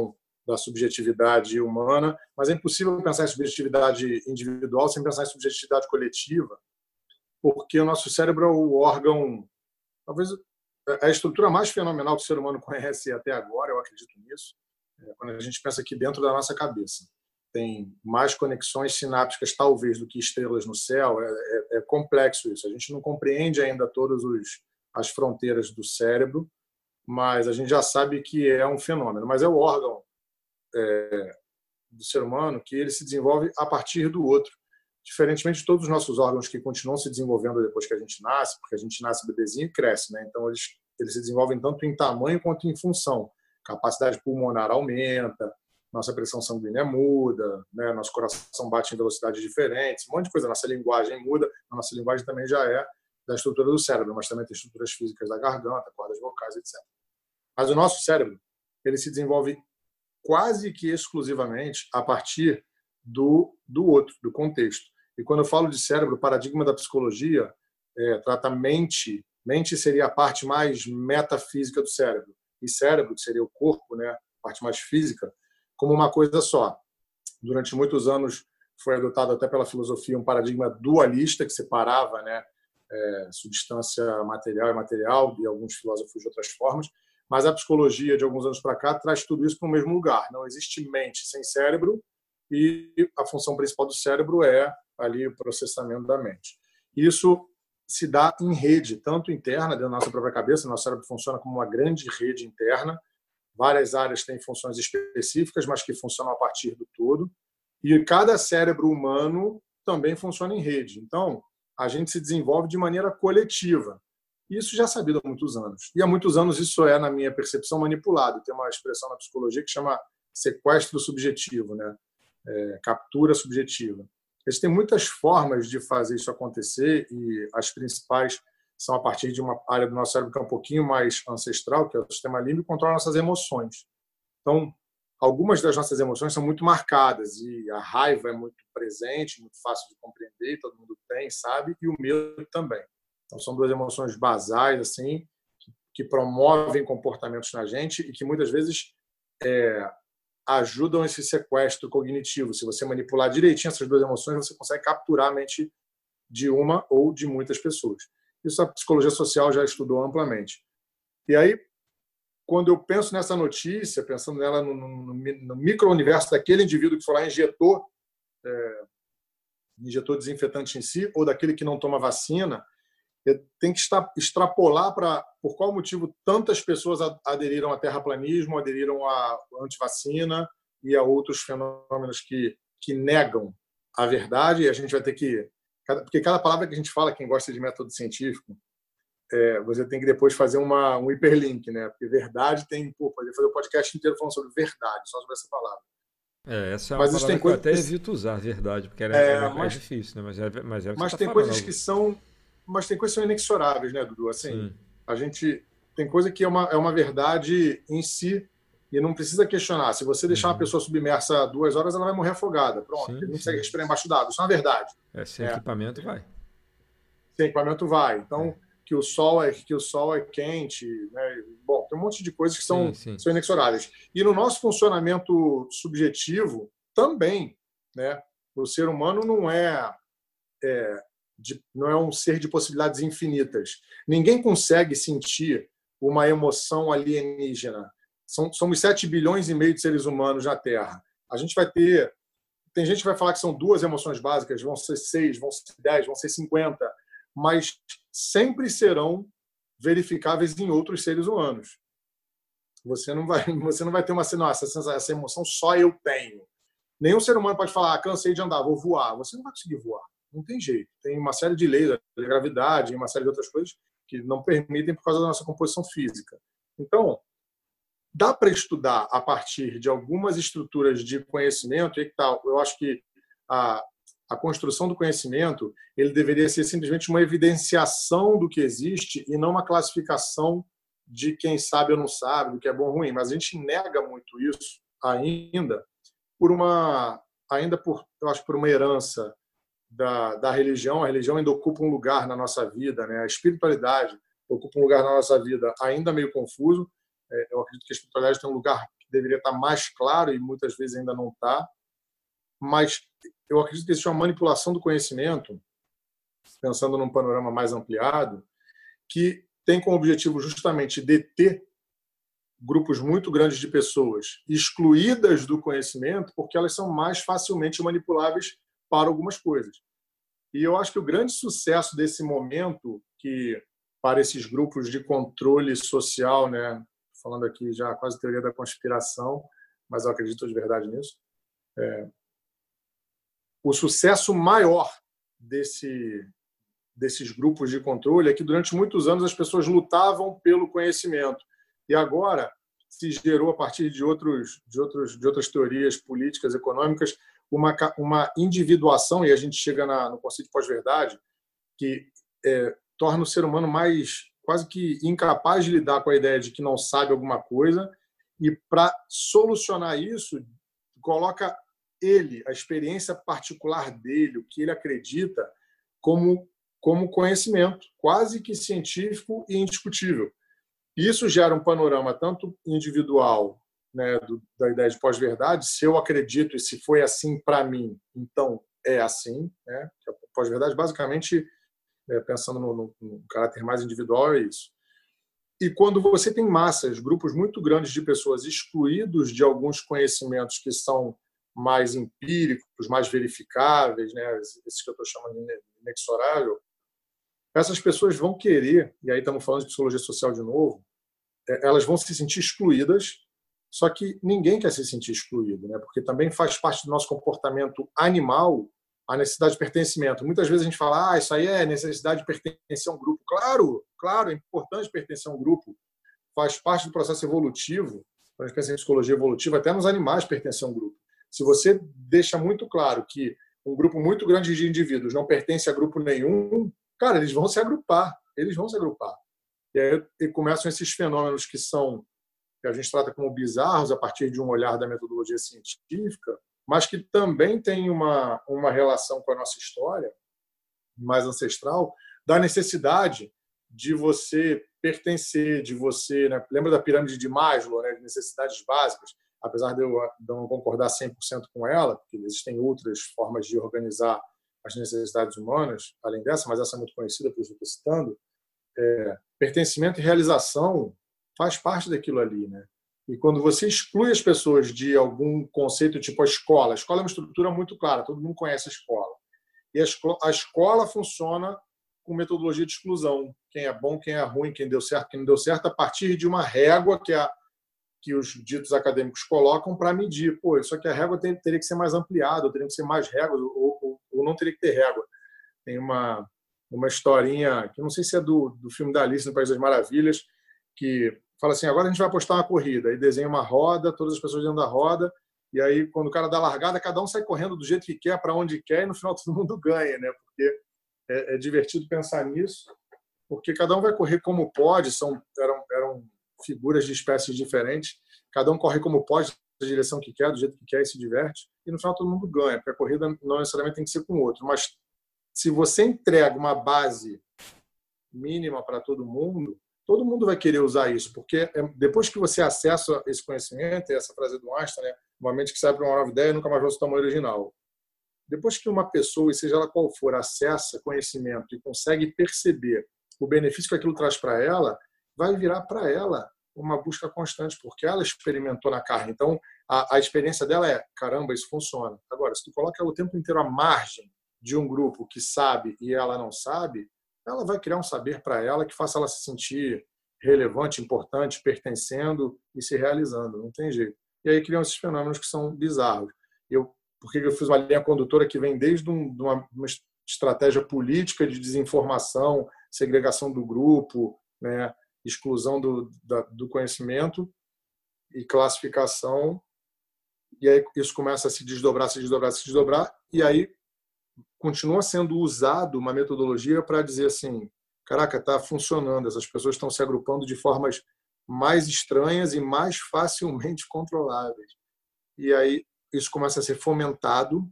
da subjetividade humana, mas é impossível pensar em subjetividade individual sem pensar em subjetividade coletiva, porque o nosso cérebro é o órgão, talvez a estrutura mais fenomenal que o ser humano conhece até agora, eu acredito nisso, quando a gente pensa aqui dentro da nossa cabeça. Tem mais conexões sinápticas, talvez, do que estrelas no céu. É complexo isso. A gente não compreende ainda todas as fronteiras do cérebro, mas a gente já sabe que é um fenômeno. Mas é o órgão do ser humano que ele se desenvolve a partir do outro. Diferentemente de todos os nossos órgãos que continuam se desenvolvendo depois que a gente nasce, porque a gente nasce bebezinho e cresce, né? Então eles se desenvolvem tanto em tamanho quanto em função. Capacidade pulmonar aumenta, nossa pressão sanguínea muda, né? Nosso coração bate em velocidades diferentes, um monte de coisa. Nossa linguagem muda, a nossa linguagem também já é da estrutura do cérebro, mas também tem estruturas físicas da garganta, cordas vocais, etc. Mas o nosso cérebro ele se desenvolve quase que exclusivamente a partir do outro, do contexto. E quando eu falo de cérebro, o paradigma da psicologia trata mente. Mente seria a parte mais metafísica do cérebro. E cérebro, que seria o corpo, né, a parte mais física, como uma coisa só. Durante muitos anos foi adotado até pela filosofia um paradigma dualista, que separava, né, substância material e imaterial, e alguns filósofos de outras formas. Mas a psicologia, de alguns anos para cá, traz tudo isso para o mesmo lugar. Não existe mente sem cérebro, e a função principal do cérebro é ali o processamento da mente. Isso se dá em rede, tanto interna, dentro da nossa própria cabeça. Nosso cérebro funciona como uma grande rede interna. Várias áreas têm funções específicas, mas que funcionam a partir do todo. E cada cérebro humano também funciona em rede. Então, a gente se desenvolve de maneira coletiva. Isso já é sabido há muitos anos. E há muitos anos isso é, na minha percepção, manipulado. Tem uma expressão na psicologia que chama sequestro subjetivo, né? Captura subjetiva. Existem muitas formas de fazer isso acontecer e as principais são a partir de uma área do nosso cérebro que é um pouquinho mais ancestral, que é o sistema límbico, que controla nossas emoções. Então, algumas das nossas emoções são muito marcadas e a raiva é muito presente, muito fácil de compreender, todo mundo tem, sabe, e o medo também. Então, são duas emoções basais assim que promovem comportamentos na gente e que muitas vezes ajudam esse sequestro cognitivo. Se você manipular direitinho essas duas emoções, você consegue capturar a mente de uma ou de muitas pessoas. Isso a psicologia social já estudou amplamente. E aí, quando eu penso nessa notícia, pensando nela no micro-universo daquele indivíduo que foi lá e injetou desinfetante em si, ou daquele que não toma vacina, tem que extrapolar por qual motivo tantas pessoas aderiram ao terraplanismo, aderiram à antivacina e a outros fenômenos que negam a verdade. E a gente vai ter que... Porque cada palavra que a gente fala, quem gosta de método científico, você tem que depois fazer um hiperlink, né? Porque verdade tem... Poder fazer o podcast inteiro falando sobre verdade, só sobre essa palavra. Essa é uma mas isso palavra tem que eu coisa até evito usar, verdade, porque é difícil, né? Mas é o que mas você tem está coisas falando. que são... Mas tem coisas que são inexoráveis, né, Dudu? Assim, Sim. a gente tem coisa que é uma verdade em si e não precisa questionar. Se você deixar uma pessoa submersa 2 horas, ela vai morrer afogada. Pronto, ele não consegue respirar embaixo d'água. Isso é uma verdade. Sem equipamento vai. Sem equipamento vai. Então, que o sol é quente, né? Bom, tem um monte de coisas que são inexoráveis. E no nosso funcionamento subjetivo também, né? O ser humano não é um ser de possibilidades infinitas. Ninguém consegue sentir uma emoção alienígena. Somos 7 bilhões e meio de seres humanos na Terra. A gente vai ter... Tem gente que vai falar que são 2 emoções básicas, vão ser 6, vão ser 10, vão ser 50, mas sempre serão verificáveis em outros seres humanos. Você não vai ter essa emoção só eu tenho. Nenhum ser humano pode falar, cansei de andar, vou voar. Você não vai conseguir voar. Não tem jeito. Tem uma série de leis da gravidade e uma série de outras coisas que não permitem por causa da nossa composição física. Então, dá para estudar a partir de algumas estruturas de conhecimento. E tal. Eu acho que a construção do conhecimento ele deveria ser simplesmente uma evidenciação do que existe e não uma classificação de quem sabe ou não sabe, do que é bom ou ruim. Mas a gente nega muito isso ainda eu acho, por uma herança da religião. A religião ainda ocupa um lugar na nossa vida, né? A espiritualidade ocupa um lugar na nossa vida ainda meio confuso. Eu acredito que a espiritualidade tem um lugar deveria estar mais claro e muitas vezes ainda não está, mas eu acredito que existe uma manipulação do conhecimento, pensando num panorama mais ampliado, que tem como objetivo justamente deter grupos muito grandes de pessoas excluídas do conhecimento, porque elas são mais facilmente manipuláveis para algumas coisas. E eu acho que o grande sucesso desse momento, que para esses grupos de controle social, né, falando aqui já quase teoria da conspiração, mas eu acredito de verdade nisso, o sucesso maior desses grupos de controle é que durante muitos anos as pessoas lutavam pelo conhecimento. E agora se gerou, a partir de outras teorias políticas, econômicas, uma individuação, e a gente chega no conceito de pós-verdade, que torna o ser humano mais quase que incapaz de lidar com a ideia de que não sabe alguma coisa, e para solucionar isso, coloca ele, a experiência particular dele, o que ele acredita, como conhecimento, quase que científico e indiscutível. Isso gera um panorama tanto individual, né, da ideia de pós-verdade, se eu acredito e se foi assim para mim, então é assim. Né? A pós-verdade, basicamente, pensando no caráter mais individual, é isso. E quando você tem massas, grupos muito grandes de pessoas excluídos de alguns conhecimentos que são mais empíricos, mais verificáveis, né, esses que eu estou chamando de inexorável, essas pessoas vão querer, e aí estamos falando de psicologia social de novo, elas vão se sentir excluídas, só que ninguém quer se sentir excluído, né? Porque também faz parte do nosso comportamento animal a necessidade de pertencimento. Muitas vezes a gente fala, isso aí é necessidade de pertencer a um grupo. Claro, claro, é importante pertencer a um grupo. Faz parte do processo evolutivo. Quando a gente pensa em psicologia evolutiva, até nos animais pertence a um grupo. Se você deixa muito claro que um grupo muito grande de indivíduos não pertence a grupo nenhum, cara, eles vão se agrupar. E aí começam esses fenômenos que a gente trata como bizarros a partir de um olhar da metodologia científica, mas que também tem uma relação com a nossa história mais ancestral, da necessidade de você pertencer, de você... Né? Lembra da pirâmide de Maslow, né? De necessidades básicas? Apesar de eu não concordar 100% com ela, porque existem outras formas de organizar as necessidades humanas, além dessa, mas essa é muito conhecida, por isso eu estou citando, pertencimento e realização faz parte daquilo ali, né? E quando você exclui as pessoas de algum conceito tipo a escola é uma estrutura muito clara, todo mundo conhece a escola. E a escola funciona com metodologia de exclusão. Quem é bom, quem é ruim, quem deu certo, quem não deu certo, a partir de uma régua que os ditos acadêmicos colocam para medir. Pô, isso aqui a régua teria que ser mais ampliada, ou teria que ser mais réguas, ou não teria que ter régua. Tem uma historinha, que eu não sei se é do filme da Alice no País das Maravilhas, que fala assim, agora a gente vai apostar uma corrida, aí desenha uma roda, todas as pessoas dentro da roda, e aí quando o cara dá largada, cada um sai correndo do jeito que quer, para onde quer, e no final todo mundo ganha, né? Porque é divertido pensar nisso, porque cada um vai correr como pode, eram figuras de espécies diferentes, cada um corre como pode, da direção que quer, do jeito que quer, e se diverte, e no final todo mundo ganha, porque a corrida não necessariamente tem que ser com o outro, mas se você entrega uma base mínima para todo mundo vai querer usar isso, porque depois que você acessa esse conhecimento, essa frase do Einstein, né, uma mente que sai para uma nova ideia nunca mais volta ao tamanho original. Depois que uma pessoa, e seja ela qual for, acessa conhecimento e consegue perceber o benefício que aquilo traz para ela, vai virar para ela uma busca constante, porque ela experimentou na carne. Então, a experiência dela é, caramba, isso funciona. Agora, se tu coloca ela o tempo inteiro à margem de um grupo que sabe e ela não sabe, ela vai criar um saber para ela que faça ela se sentir relevante, importante, pertencendo e se realizando. Não tem jeito. E aí criam esses fenômenos que são bizarros. Porque eu fiz uma linha condutora que vem desde uma estratégia política de desinformação, segregação do grupo, né, exclusão do conhecimento e classificação. E aí isso começa a se desdobrar, e aí continua sendo usado uma metodologia para dizer assim, caraca, está funcionando, essas pessoas estão se agrupando de formas mais estranhas e mais facilmente controláveis. E aí isso começa a ser fomentado,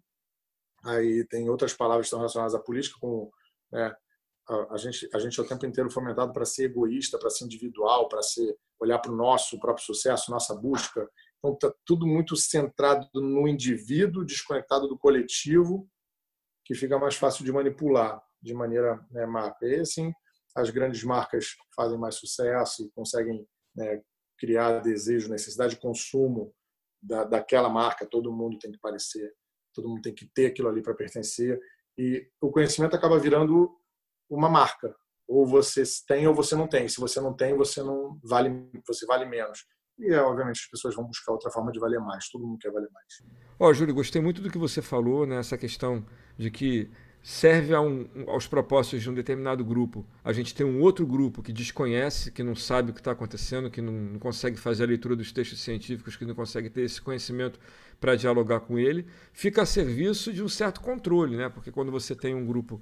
aí tem outras palavras que estão relacionadas à política, como né, a gente é o tempo inteiro fomentado para ser egoísta, para ser individual, para olhar para o nosso próprio sucesso, nossa busca, Então, está tudo muito centrado no indivíduo, desconectado do coletivo, que fica mais fácil de manipular de maneira, né, macro. E assim, as grandes marcas fazem mais sucesso e conseguem, né, criar desejo, necessidade de consumo daquela marca. Todo mundo tem que parecer, todo mundo tem que ter aquilo ali para pertencer. E o conhecimento acaba virando uma marca. Ou você tem ou você não tem. Se você não tem, você não vale, você vale menos. E, obviamente, as pessoas vão buscar outra forma de valer mais. Todo mundo quer valer mais. Ó, Júlio, gostei muito do que você falou, né? Essa questão de que serve aos propósitos de um determinado grupo. A gente tem um outro grupo que desconhece, que não sabe o que está acontecendo, que não consegue fazer a leitura dos textos científicos, que não consegue ter esse conhecimento para dialogar com ele, fica a serviço de um certo controle, né? Porque quando você tem um grupo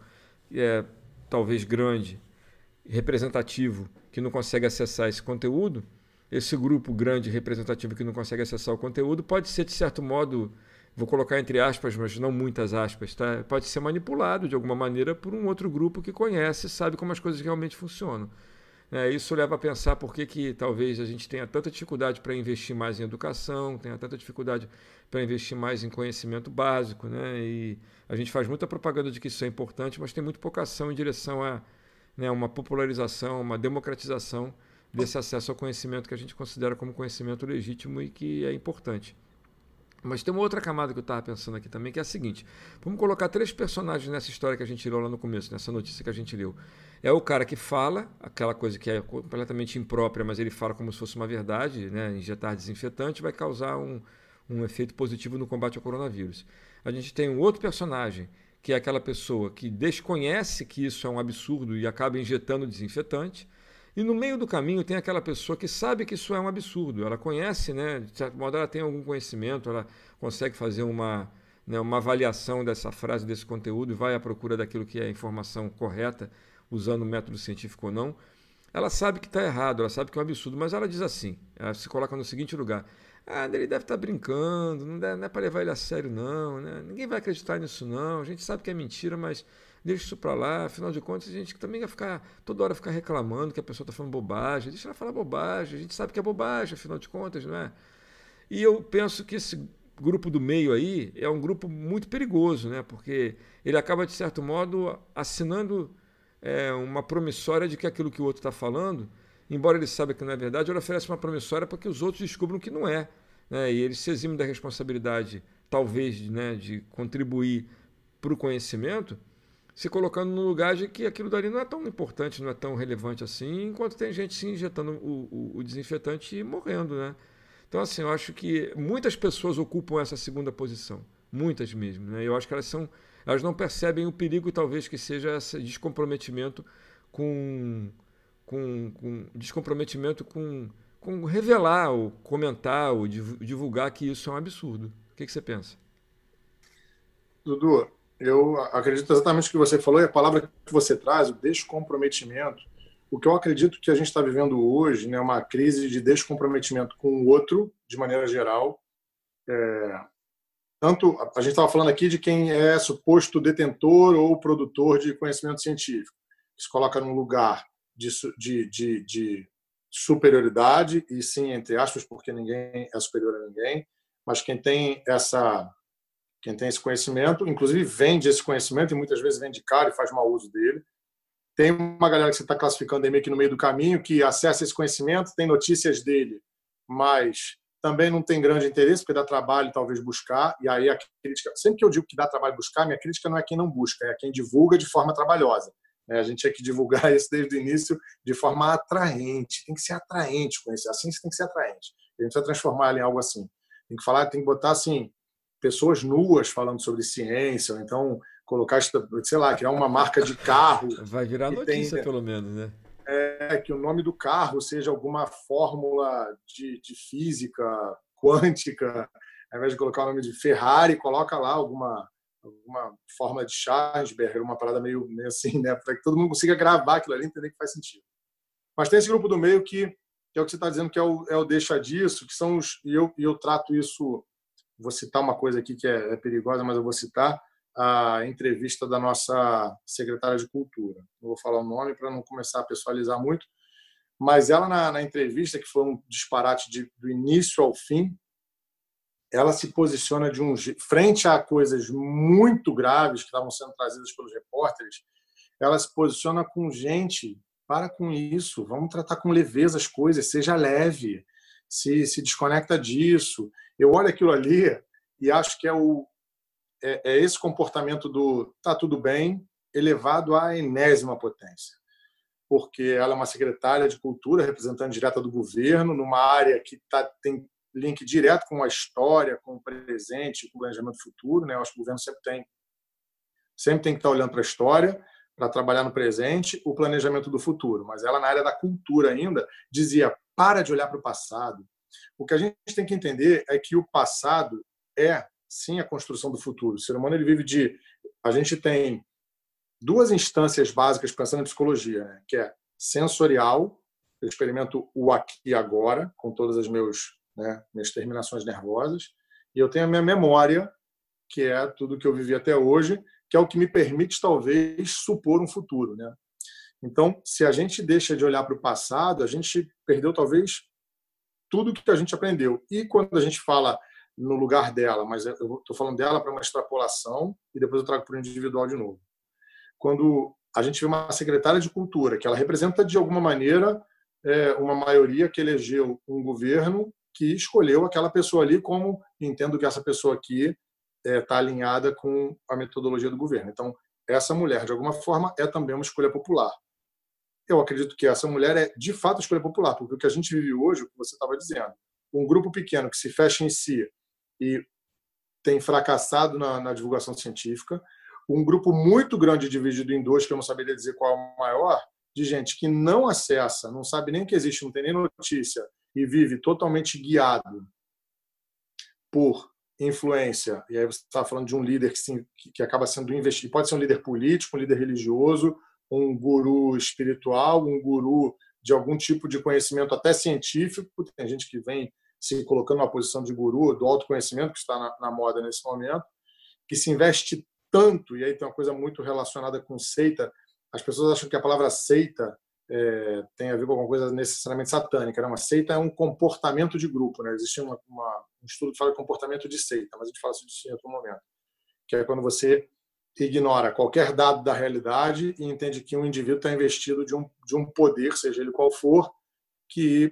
talvez grande, representativo, que não consegue acessar esse conteúdo, esse grupo grande representativo que não consegue acessar o conteúdo pode ser, de certo modo, vou colocar entre aspas, mas não muitas aspas, tá? Pode ser manipulado de alguma maneira por um outro grupo que conhece e sabe como as coisas realmente funcionam. Isso leva a pensar por que talvez a gente tenha tanta dificuldade para investir mais em educação, tenha tanta dificuldade para investir mais em conhecimento básico, né? E a gente faz muita propaganda de que isso é importante, mas tem muito pouca ação em direção a, né, uma popularização, uma democratização desse acesso ao conhecimento que a gente considera como conhecimento legítimo e que é importante. Mas tem uma outra camada que eu estava pensando aqui também, que é a seguinte. Vamos colocar 3 personagens nessa história que a gente leu lá no começo, nessa notícia que a gente leu. É o cara que fala, aquela coisa que é completamente imprópria, mas ele fala como se fosse uma verdade, né? Injetar desinfetante vai causar um efeito positivo no combate ao coronavírus. A gente tem um outro personagem, que é aquela pessoa que desconhece que isso é um absurdo e acaba injetando desinfetante. E no meio do caminho tem aquela pessoa que sabe que isso é um absurdo. Ela conhece, né? De certo modo, ela tem algum conhecimento, ela consegue fazer uma avaliação dessa frase, desse conteúdo e vai à procura daquilo que é a informação correta, usando o método científico ou não. Ela sabe que está errado, ela sabe que é um absurdo, mas ela diz assim, ela se coloca no seguinte lugar: ele deve estar brincando, não é para levar ele a sério não, né? Ninguém vai acreditar nisso não, a gente sabe que é mentira, mas deixa isso para lá, afinal de contas a gente também vai ficar, toda hora ficar reclamando que a pessoa está falando bobagem, deixa ela falar bobagem, a gente sabe que é bobagem, afinal de contas, não é? E eu penso que esse grupo do meio aí é um grupo muito perigoso, né? Porque ele acaba, de certo modo, assinando uma promissória de que aquilo que o outro está falando, embora ele saiba que não é verdade, ele oferece uma promissória para que os outros descubram que não é, né? E ele se exime da responsabilidade, talvez, né, de contribuir para o conhecimento, se colocando no lugar de que aquilo dali não é tão importante, não é tão relevante assim, enquanto tem gente se injetando o desinfetante e morrendo, né? Então, assim, eu acho que muitas pessoas ocupam essa segunda posição, muitas mesmo, né? Eu acho que elas não percebem o perigo, talvez, que seja esse descomprometimento descomprometimento com revelar, ou comentar, ou divulgar que isso é um absurdo. O que você pensa? Dudu, eu acredito exatamente o que você falou e a palavra que você traz, o descomprometimento. O que eu acredito que a gente está vivendo hoje, né, uma crise de descomprometimento com o outro, de maneira geral. Tanto a gente estava falando aqui de quem é suposto detentor ou produtor de conhecimento científico, que se coloca num lugar de superioridade, e sim, entre aspas, porque ninguém é superior a ninguém, mas quem tem esse conhecimento, inclusive vende esse conhecimento e muitas vezes vende caro e faz mau uso dele. Tem uma galera que você está classificando aí meio que no meio do caminho, que acessa esse conhecimento, tem notícias dele, mas também não tem grande interesse, porque dá trabalho talvez buscar, e aí a crítica, sempre que eu digo que dá trabalho buscar, minha crítica não é quem não busca, é quem divulga de forma trabalhosa. A gente tinha que divulgar isso desde o início de forma atraente, tem que ser atraente com isso, assim você tem que ser atraente. A gente vai transformar ele em algo assim. Tem que falar, tem que botar assim, pessoas nuas falando sobre ciência, ou então colocar, sei lá, criar uma marca de carro. Vai virar notícia, pelo menos, né? Que o nome do carro seja alguma fórmula de física quântica, ao invés de colocar o nome de Ferrari, coloca lá alguma forma de Schwarzschild, uma parada meio assim, né, para que todo mundo consiga gravar aquilo ali e entender que faz sentido. Mas tem esse grupo do meio que é o que você está dizendo, que é o deixa disso, que são e eu trato isso. Vou citar uma coisa aqui que é perigosa, mas eu vou citar a entrevista da nossa secretária de Cultura. Não vou falar o nome para não começar a pessoalizar muito, mas ela, na entrevista, que foi um disparate do início ao fim, ela se posiciona frente a coisas muito graves que estavam sendo trazidas pelos repórteres, ela se posiciona com gente, para com isso, vamos tratar com leveza as coisas, seja leve, se desconecta disso. Eu olho aquilo ali e acho que é esse comportamento do tá tudo bem, elevado à enésima potência. Porque ela é uma secretária de cultura, representante direta do governo, numa área que tem link direto com a história, com o presente, com o planejamento futuro. Né? Eu acho que o governo sempre tem que estar olhando para a história, para trabalhar no presente, o planejamento do futuro. Mas ela, na área da cultura ainda, dizia, para de olhar para o passado. O que a gente tem que entender é que o passado é, sim, a construção do futuro. O ser humano ele vive a gente tem duas instâncias básicas pensando em psicologia, né? Que é sensorial, eu experimento o aqui e agora, com todas as minhas terminações nervosas, e eu tenho a minha memória, que é tudo que eu vivi até hoje, que é o que me permite, talvez, supor um futuro. Né? Então, se a gente deixa de olhar para o passado, a gente perdeu, talvez, tudo que a gente aprendeu. E quando a gente fala no lugar dela, mas eu estou falando dela para uma extrapolação, e depois eu trago para o individual de novo. Quando a gente vê uma secretária de cultura, que ela representa, de alguma maneira, uma maioria que elegeu um governo que escolheu aquela pessoa ali como entendo que essa pessoa aqui está alinhada com a metodologia do governo. Então, essa mulher, de alguma forma, é também uma escolha popular. Eu acredito que essa mulher é, de fato, escolha popular, porque o que a gente vive hoje, o que você estava dizendo, um grupo pequeno que se fecha em si e tem fracassado na divulgação científica, um grupo muito grande dividido em dois, que eu não saberia dizer qual é o maior, de gente que não acessa, não sabe nem que existe, não tem nem notícia, e vive totalmente guiado por influência. E aí você está falando de um líder que acaba sendo investido, pode ser um líder político, um líder religioso, um guru espiritual, um guru de algum tipo de conhecimento até científico. Tem gente que vem se colocando numa posição de guru do autoconhecimento, que está na moda nesse momento, que se investe tanto, e aí tem uma coisa muito relacionada com seita. As pessoas acham que a palavra seita tem a ver com alguma coisa necessariamente satânica. Né? Uma seita é um comportamento de grupo. Né? Existe um estudo que fala de comportamento de seita, mas a gente fala disso em outro momento, que é quando você ignora qualquer dado da realidade e entende que um indivíduo está investido de um poder, seja ele qual for, que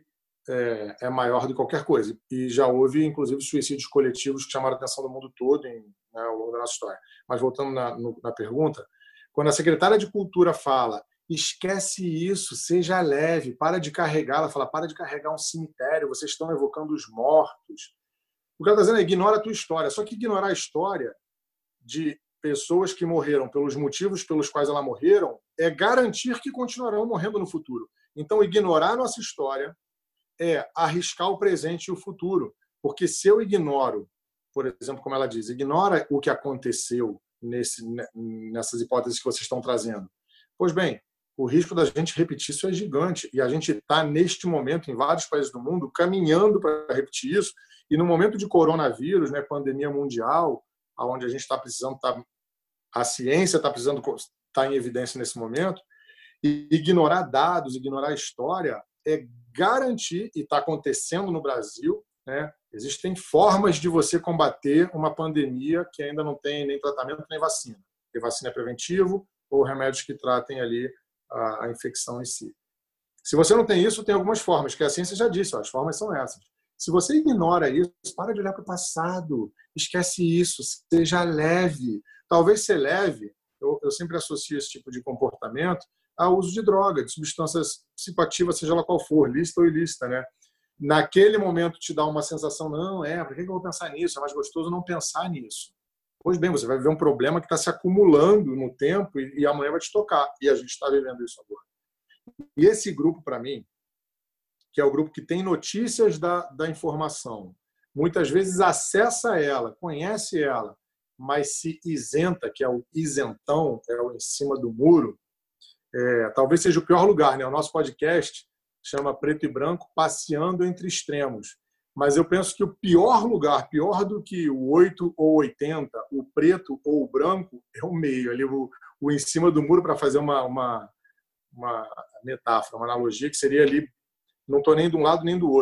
é maior do que qualquer coisa. E já houve, inclusive, suicídios coletivos que chamaram a atenção do mundo todo ao longo da nossa história. Mas voltando na pergunta, quando a secretária de Cultura fala esquece isso, seja leve, para de carregar, ela fala, para de carregar um cemitério, vocês estão evocando os mortos. O que ela está dizendo é ignora a tua história. Só que ignorar a história de pessoas que morreram pelos motivos pelos quais elas morreram é garantir que continuarão morrendo no futuro. Então, ignorar a nossa história é arriscar o presente e o futuro. Porque se eu ignoro, por exemplo, como ela diz, ignora o que aconteceu nessas hipóteses que vocês estão trazendo. Pois bem, o risco da gente repetir isso é gigante. E a gente está, neste momento, em vários países do mundo, caminhando para repetir isso. E no momento de coronavírus, né, pandemia mundial, onde a gente está precisando, a ciência está precisando estar em evidência nesse momento, e ignorar dados, ignorar a história, é garantir, e está acontecendo no Brasil, né, existem formas de você combater uma pandemia que ainda não tem nem tratamento nem vacina. Porque vacina é preventivo ou remédios que tratem ali a infecção em si. Se você não tem isso, tem algumas formas, que a ciência já disse, as formas são essas. Se você ignora isso, para de olhar para o passado, esquece isso, seja leve. Talvez ser leve, eu sempre associo esse tipo de comportamento ao uso de droga, de substâncias psicoativas, seja lá qual for, lícita ou ilícita, né? Naquele momento te dá uma sensação, não, por que eu vou pensar nisso? É mais gostoso não pensar nisso. Pois bem, você vai viver um problema que está se acumulando no tempo e amanhã vai te tocar. E a gente está vivendo isso agora. E esse grupo, para mim, que é o grupo que tem notícias da informação, muitas vezes acessa ela, conhece ela, mas se isenta, que é o isentão, é o em cima do muro, talvez seja o pior lugar. Né? O nosso podcast chama Preto e Branco, Passeando Entre Extremos. Mas eu penso que o pior lugar, pior do que o 8 ou 80, o preto ou o branco, é o meio, ali o em cima do muro, para fazer uma metáfora, uma analogia, que seria ali, não estou nem de um lado nem do outro.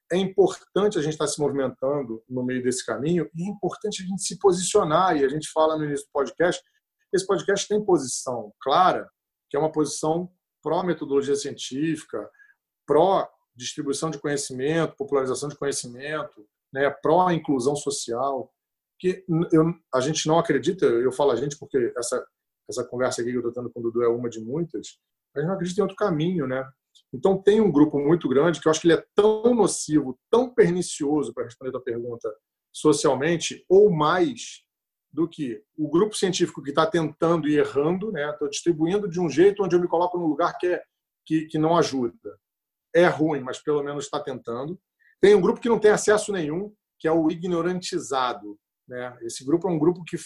é importante a gente estar se movimentando no meio desse caminho e é importante a gente se posicionar. E a gente fala no início do podcast, esse podcast tem posição clara, que é uma posição pró-metodologia científica, pró-distribuição de conhecimento, popularização de conhecimento, né, pró-inclusão social, que a gente não acredita, eu falo a gente porque essa conversa aqui que eu estou tendo com o Dudu é uma de muitas, a gente não acredita em outro caminho, né? Então tem um grupo muito grande que eu acho que ele é tão nocivo, tão pernicioso, para responder a tua pergunta, socialmente, ou mais do que o grupo científico que está tentando e errando, né? Estou distribuindo de um jeito onde eu me coloco num lugar que não ajuda. É ruim, mas pelo menos está tentando. Tem um grupo que não tem acesso nenhum, que é o ignorantizado, né? Esse grupo é um grupo que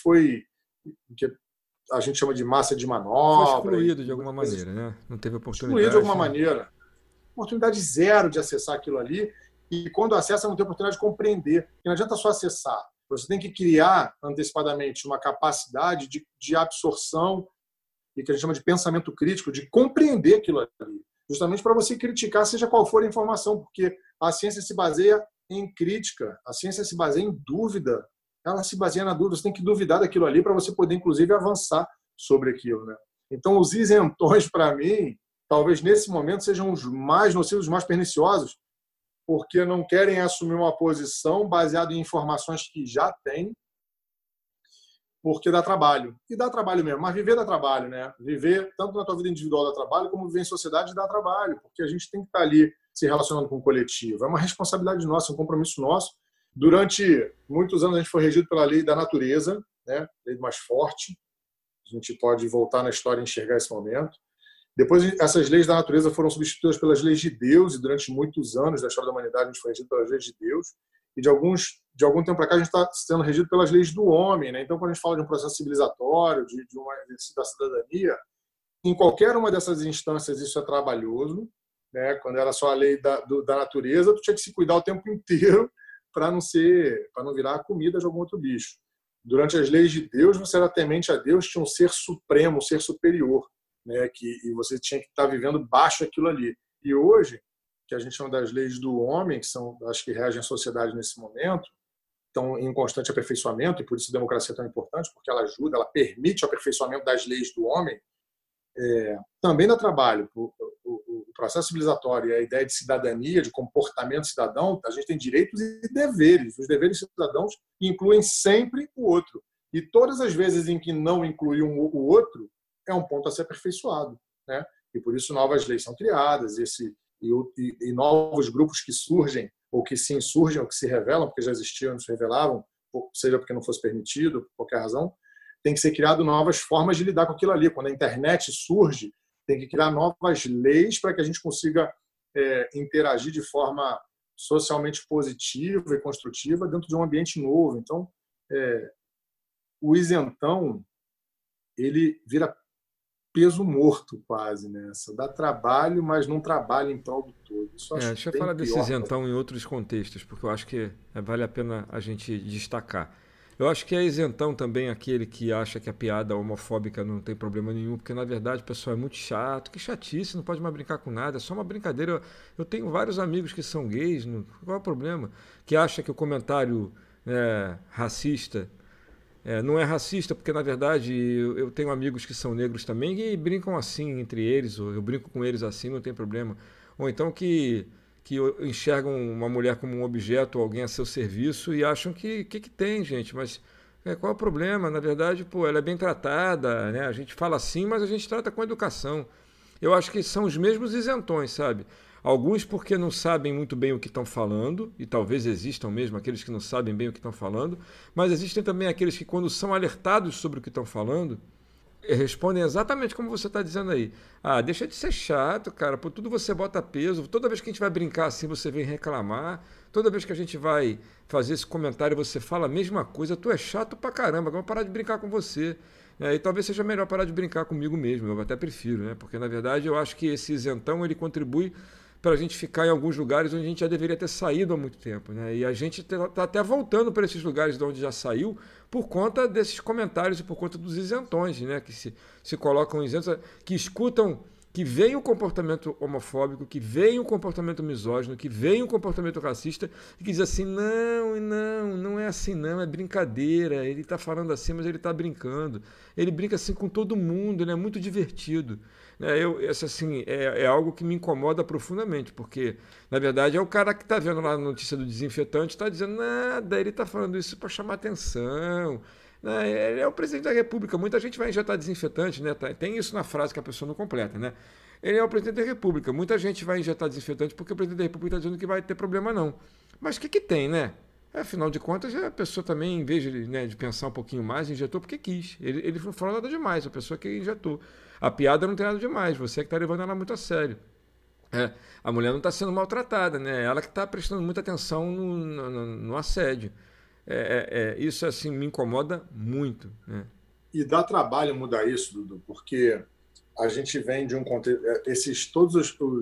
a gente chama de massa de manobra. Foi excluído de alguma maneira, né? Não teve oportunidade. Excluído de alguma maneira. Oportunidade zero de acessar aquilo ali. E quando acessa, não tem oportunidade de compreender. E não adianta só acessar. Você tem que criar antecipadamente uma capacidade de absorção e que a gente chama de pensamento crítico, de compreender aquilo ali. Justamente para você criticar, seja qual for a informação, porque a ciência se baseia em crítica, a ciência se baseia em dúvida. Ela se baseia na dúvida, você tem que duvidar daquilo ali para você poder, inclusive, avançar sobre aquilo, né? Então, os isentões, para mim, talvez nesse momento sejam os mais nocivos, os mais perniciosos, porque não querem assumir uma posição baseada em informações que já têm, porque dá trabalho. E dá trabalho mesmo, mas viver dá trabalho, né? Viver, tanto na tua vida individual dá trabalho, como viver em sociedade dá trabalho, porque a gente tem que estar ali se relacionando com o coletivo. É uma responsabilidade nossa, um compromisso nosso. Durante muitos anos a gente foi regido pela lei da natureza, né? Lei do mais forte. A gente pode voltar na história e enxergar esse momento. Depois essas leis da natureza foram substituídas pelas leis de Deus e durante muitos anos da história da humanidade a gente foi regido pelas leis de Deus. E de algum tempo para cá a gente está sendo regido pelas leis do homem, né? Então quando a gente fala de um processo civilizatório, de uma exercício da cidadania, em qualquer uma dessas instâncias isso é trabalhoso, né? Quando era só a lei da natureza, tu tinha que se cuidar o tempo inteiro para não virar a comida de algum outro bicho. Durante as leis de Deus, você era temente a Deus, tinha um ser supremo, um ser superior, né? E você tinha que estar vivendo baixo aquilo ali. E hoje, que a gente chama das leis do homem, que são as que regem a sociedade nesse momento, estão em constante aperfeiçoamento, e por isso a democracia é tão importante, porque ela ajuda, ela permite o aperfeiçoamento das leis do homem, também dá trabalho. O processo civilizatório e a ideia de cidadania, de comportamento cidadão, a gente tem direitos e deveres. Os deveres cidadãos incluem sempre o outro. E todas as vezes em que não inclui o outro, é um ponto a ser aperfeiçoado, né? E por isso novas leis são criadas, e novos grupos que surgem, ou que se insurgem, ou que se revelam, porque já existiam e não se revelavam, seja porque não fosse permitido, por qualquer razão, tem que ser criado novas formas de lidar com aquilo ali. Quando a internet surge, tem que criar novas leis para que a gente consiga interagir de forma socialmente positiva e construtiva dentro de um ambiente novo. Então, o isentão, ele vira peso morto quase nessa. Dá trabalho, mas não trabalha em prol do todo. Isso deixa eu falar desse isentão em outros contextos, porque eu acho que vale a pena a gente destacar. Eu acho que é isentão também aquele que acha que a piada homofóbica não tem problema nenhum, porque na verdade o pessoal é muito chato, que chatice, não pode mais brincar com nada, é só uma brincadeira. Eu tenho vários amigos que são gays, qual é o problema? Que acha que o comentário racista não é racista, porque na verdade eu tenho amigos que são negros também e brincam assim entre eles, ou eu brinco com eles assim, não tem problema. Ou então que enxergam uma mulher como um objeto, alguém a seu serviço e acham que tem, gente, mas qual é o problema? Na verdade, ela é bem tratada, né? A gente fala assim, mas a gente trata com educação. Eu acho que são os mesmos isentões, sabe? Alguns porque não sabem muito bem o que estão falando, e talvez existam mesmo aqueles que não sabem bem o que estão falando, mas existem também aqueles que, quando são alertados sobre o que estão falando, respondem exatamente como você está dizendo aí. Deixa de ser chato, cara. Por tudo você bota peso. Toda vez que a gente vai brincar assim, você vem reclamar. Toda vez que a gente vai fazer esse comentário, você fala a mesma coisa. Tu é chato pra caramba. Agora eu vou parar de brincar com você. E talvez seja melhor parar de brincar comigo mesmo. Eu até prefiro, né? Porque, na verdade, eu acho que esse isentão, ele contribui para a gente ficar em alguns lugares onde a gente já deveria ter saído há muito tempo, né? E a gente está até voltando para esses lugares de onde já saiu por conta desses comentários e por conta dos isentões, né? Que se colocam isentos, que escutam que vem o comportamento homofóbico, que vem o comportamento misógino, que vem o comportamento racista, e que diz assim, não é assim não, é brincadeira, ele está falando assim, mas ele está brincando. Ele brinca assim com todo mundo, ele é muito divertido. Assim, é algo que me incomoda profundamente, porque, na verdade, é o cara que está vendo lá a notícia do desinfetante, está dizendo nada, ele está falando isso para chamar atenção. Ele é o presidente da República. Muita gente vai injetar desinfetante, né? Tem isso na frase que a pessoa não completa, né? Ele é o presidente da República. Muita gente vai injetar desinfetante porque o presidente da República está dizendo que vai ter problema, não. Mas o que tem, né? Afinal de contas, a pessoa também, em vez de pensar um pouquinho mais, injetou porque quis. Ele não falou nada demais, a pessoa que injetou. A piada não tem nada demais, você que está levando ela muito a sério. A mulher não está sendo maltratada, né? Ela que está prestando muita atenção no assédio. Isso assim me incomoda muito, né? E dá trabalho mudar isso, Dudu, porque a gente vem de um contexto. Todos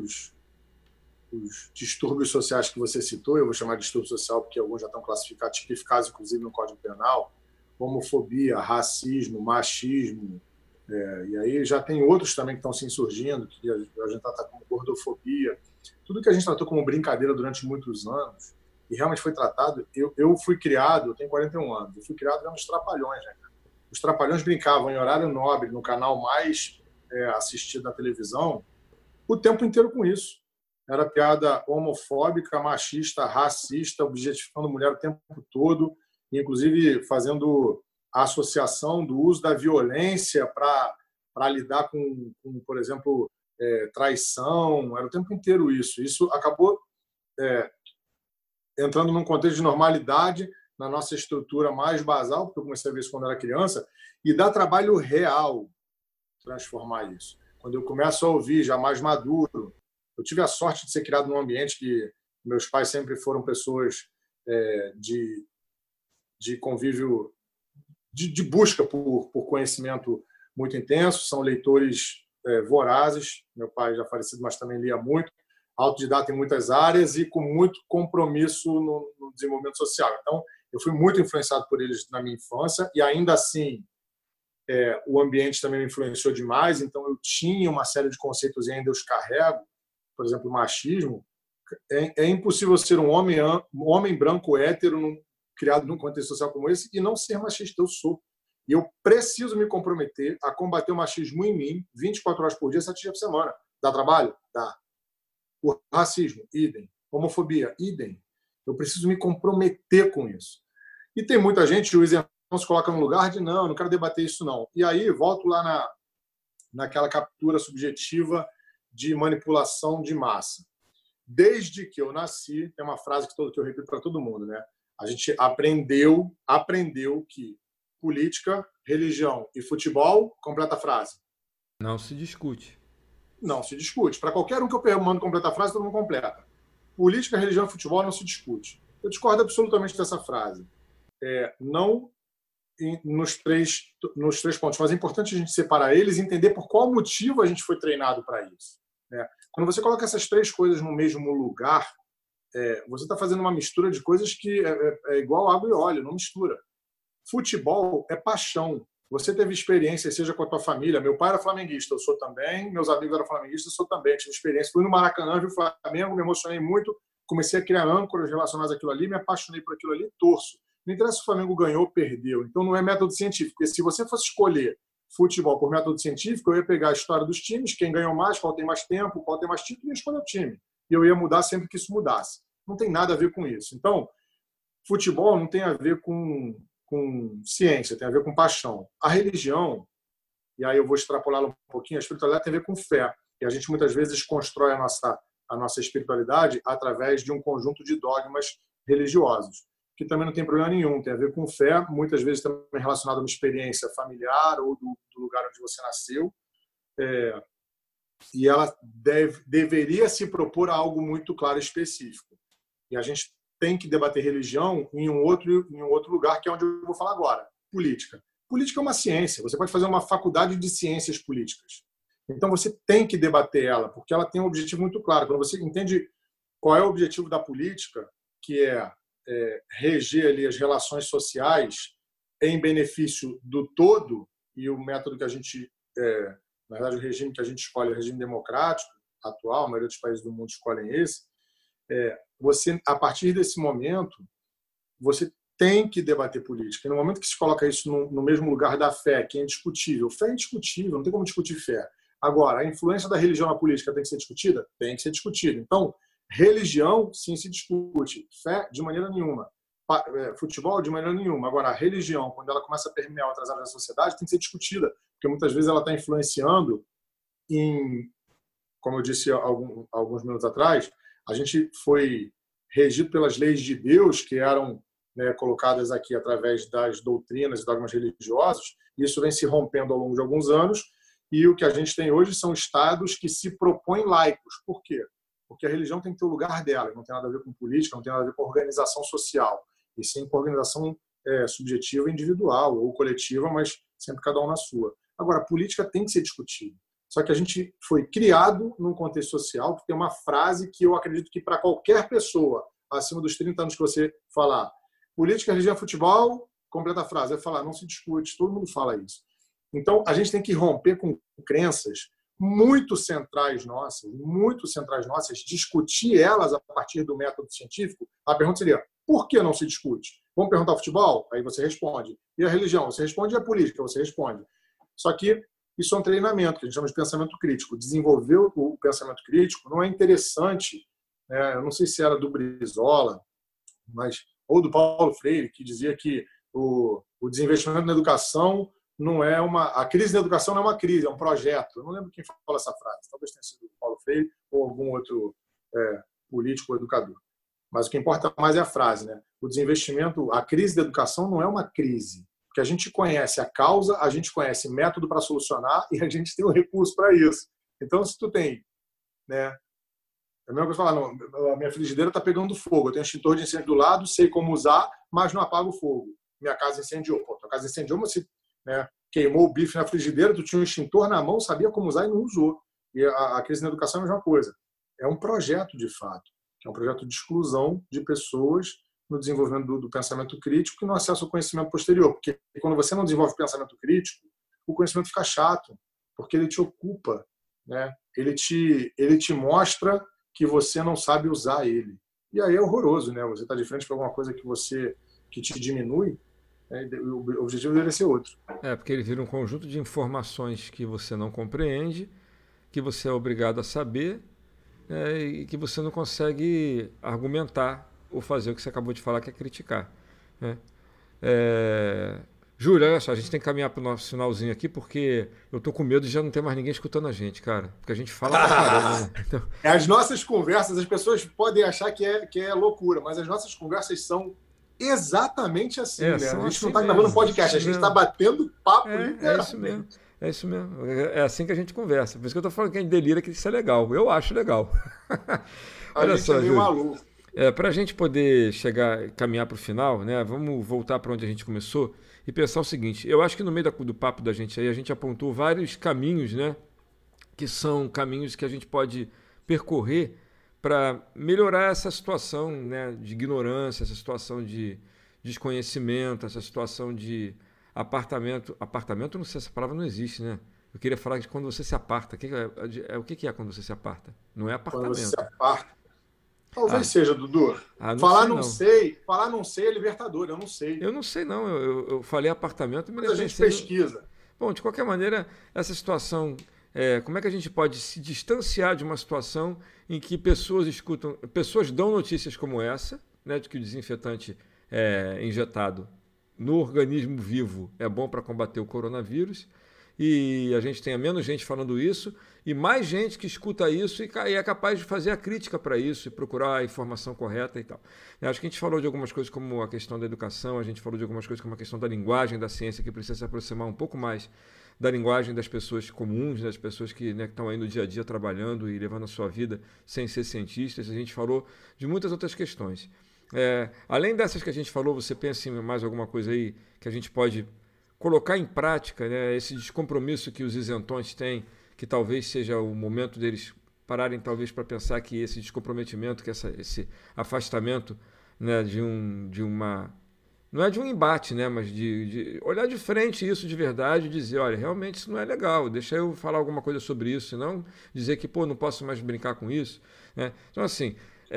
os distúrbios sociais que você citou, eu vou chamar de distúrbio social porque alguns já estão classificados, tipificados, inclusive, no Código Penal, homofobia, racismo, machismo, e aí já tem outros também que estão se insurgindo, que a gente trata como gordofobia, tudo que a gente tratou como brincadeira durante muitos anos, e realmente foi tratado. Eu fui criado, eu tenho 41 anos, eu fui criado vendo os Trapalhões, né? Os Trapalhões brincavam em horário nobre, no canal mais assistido da televisão, o tempo inteiro com isso. Era piada homofóbica, machista, racista, objetificando mulher o tempo todo, inclusive fazendo a associação do uso da violência para lidar com, por exemplo, traição. Era o tempo inteiro isso. Isso acabou entrando num contexto de normalidade na nossa estrutura mais basal, porque eu comecei a ver isso quando era criança, e dá trabalho real transformar isso. Quando eu começo a ouvir, já mais maduro, eu tive a sorte de ser criado num ambiente que meus pais sempre foram pessoas de convívio, de busca por conhecimento muito intenso, são leitores vorazes. Meu pai já falecido, mas também lia muito, autodidata em muitas áreas e com muito compromisso no desenvolvimento social. Então, eu fui muito influenciado por eles na minha infância e, ainda assim, o ambiente também me influenciou demais, então eu tinha uma série de conceitos e ainda os carrego. Por exemplo, o machismo. É impossível ser um homem branco hétero criado num contexto social como esse e não ser machista. Eu sou. E eu preciso me comprometer a combater o machismo em mim 24 horas por dia, 7 dias por semana. Dá trabalho? Dá. O racismo? Idem. Homofobia? Idem. Eu preciso me comprometer com isso. E tem muita gente, o isentão se coloca no lugar de não quero debater isso não. E aí volto lá naquela captura subjetiva de manipulação de massa. Desde que eu nasci, tem uma frase que eu repito para todo mundo, né? A gente aprendeu que política, religião e futebol, completa a frase. Não se discute. Não se discute. Para qualquer um que eu mando completar a frase, todo mundo completa. Política, religião e futebol não se discute. Eu discordo absolutamente dessa frase. Não nos três pontos, mas é importante a gente separar eles e entender por qual motivo a gente foi treinado para isso. Quando você coloca essas três coisas no mesmo lugar, você está fazendo uma mistura de coisas que é igual água e óleo, não mistura. Futebol é paixão. Você teve experiência, seja com a tua família. Meu pai era flamenguista, eu sou também. Meus amigos eram flamenguistas, eu sou também. Tive experiência. Fui no Maracanã, vi o Flamengo, me emocionei muito. Comecei a criar âncoras relacionadas àquilo ali, me apaixonei por aquilo ali, torço. Não interessa se o Flamengo ganhou ou perdeu. Então não é método científico. Porque se você fosse escolher futebol por método científico, eu ia pegar a história dos times, quem ganhou mais, qual tem mais tempo, qual tem mais título, e ia escolher o time. E eu ia mudar sempre que isso mudasse. Não tem nada a ver com isso. Então, futebol não tem a ver com ciência, tem a ver com paixão. A religião, e aí eu vou extrapolar um pouquinho, a espiritualidade tem a ver com fé. E a gente muitas vezes constrói a nossa espiritualidade através de um conjunto de dogmas religiosos, que também não tem problema nenhum, tem a ver com fé, muitas vezes também relacionado a uma experiência familiar ou do lugar onde você nasceu, e ela deveria se propor a algo muito claro e específico. E a gente tem que debater religião em um outro lugar, que é onde eu vou falar agora, política. Política é uma ciência, você pode fazer uma faculdade de ciências políticas. Então você tem que debater ela, porque ela tem um objetivo muito claro. Quando você entende qual é o objetivo da política, que é reger ali as relações sociais em benefício do todo, e o método que a gente na verdade o regime que a gente escolhe é o regime democrático atual, a maioria dos países do mundo escolhem esse, você, a partir desse momento, você tem que debater política. E no momento que se coloca isso no mesmo lugar da fé, que é indiscutível, fé é indiscutível, não tem como discutir fé. Agora, a influência da religião na política tem que ser discutida? Tem que ser discutida. Então, religião, sim, se discute. Fé, de maneira nenhuma. Futebol, de maneira nenhuma. Agora, a religião, quando ela começa a permear outras áreas da sociedade, tem que ser discutida, porque muitas vezes ela está influenciando em, como eu disse alguns minutos atrás, a gente foi regido pelas leis de Deus, que eram, né, colocadas aqui através das doutrinas e dogmas religiosos. Isso vem se rompendo ao longo de alguns anos, e o que a gente tem hoje são estados que se propõem laicos. Por quê? Porque a religião tem que ter o lugar dela, não tem nada a ver com política, não tem nada a ver com organização social, e sim com organização subjetiva, individual ou coletiva, mas sempre cada um na sua. Agora, a política tem que ser discutida. Só que a gente foi criado num contexto social que tem uma frase que eu acredito que para qualquer pessoa acima dos 30 anos que você falar política, religião, futebol, completa a frase, vai falar, não se discute, todo mundo fala isso. Então, a gente tem que romper com crenças muito centrais nossas, discutir elas a partir do método científico. A pergunta seria, por que não se discute? Vamos perguntar ao futebol? Aí você responde. E a religião? Você responde. E a política? Você responde. Só que isso é um treinamento, que a gente chama de pensamento crítico. Desenvolver o pensamento crítico não é interessante, né? Eu não sei se era do Brizola, ou do Paulo Freire, que dizia que o desinvestimento na educação não é a crise da educação não é uma crise, é um projeto. Eu não lembro quem falou essa frase, talvez tenha sido o Paulo Freire ou algum outro político ou educador. Mas o que importa mais é a frase, né? O desinvestimento, a crise da educação não é uma crise, porque a gente conhece a causa, a gente conhece método para solucionar e a gente tem um recurso para isso. Então, se tu tem, né? É a mesma coisa falar, não, a minha frigideira está pegando fogo, eu tenho um extintor de incêndio do lado, sei como usar, mas não apago o fogo. Minha casa incendiou. Pô, tua casa incendiou, mas você, né, queimou o bife na frigideira, tu tinha um extintor na mão, sabia como usar e não usou. E a crise na educação é a mesma coisa. É um projeto, de fato, que é um projeto de exclusão de pessoas no desenvolvimento do pensamento crítico e no acesso ao conhecimento posterior. Porque quando você não desenvolve pensamento crítico, o conhecimento fica chato, porque ele te ocupa, né? Ele te mostra que você não sabe usar ele. E aí é horroroso, né? Você está de frente para alguma coisa que te diminui, né? O objetivo dele é ser outro. Porque ele vira um conjunto de informações que você não compreende, que você é obrigado a saber, e que você não consegue argumentar ou fazer o que você acabou de falar, que é criticar, né? Júlio, olha só, a gente tem que caminhar para o nosso finalzinho aqui, porque eu tô com medo de já não ter mais ninguém escutando a gente, cara. Porque a gente fala pra caramba, né? Então... As nossas conversas, as pessoas podem achar que é loucura, mas as nossas conversas são exatamente assim, né? A gente assim não está gravando um podcast, a gente está batendo papo literalmente. É isso mesmo. É isso mesmo. É assim que a gente conversa. Por isso que eu tô falando que a gente delira que isso é legal. Eu acho legal. Olha só, é meio maluco. Para a gente poder caminhar para o final, né? Vamos voltar para onde a gente começou e pensar o seguinte. Eu acho que no meio do papo da gente aí, a gente apontou vários caminhos, né? Que são caminhos que a gente pode percorrer para melhorar essa situação, né, de ignorância, essa situação de desconhecimento, essa situação de apartamento. Apartamento, não sei, essa palavra não existe, né? Eu queria falar de quando você se aparta. O que é quando você se aparta? Não é apartamento. Quando você se aparta. Talvez seja, Dudu. Falar não sei é libertador, eu não sei. Eu não sei, não. Eu falei apartamento e me a gente pesquisa. Bom, de qualquer maneira, essa situação, como é que a gente pode se distanciar de uma situação em que pessoas dão notícias como essa, né, de que o desinfetante injetado no organismo vivo é bom para combater o coronavírus, e a gente tenha menos gente falando isso e mais gente que escuta isso e é capaz de fazer a crítica para isso e procurar a informação correta e tal. Eu acho que a gente falou de algumas coisas como a questão da educação, a gente falou de algumas coisas como a questão da linguagem da ciência, que precisa se aproximar um pouco mais da linguagem das pessoas comuns, das pessoas que estão aí no dia a dia trabalhando e levando a sua vida sem ser cientistas. A gente falou de muitas outras questões. Além dessas que a gente falou, você pensa em mais alguma coisa aí que a gente pode colocar em prática, né, esse descompromisso que os isentões têm, que talvez seja o momento deles pararem talvez para pensar que esse descomprometimento, que esse afastamento, né, de uma não é de um embate, né? Mas de olhar de frente isso de verdade e dizer, olha, realmente isso não é legal, deixa eu falar alguma coisa sobre isso, senão dizer que, pô, não posso mais brincar com isso, né? Então, assim,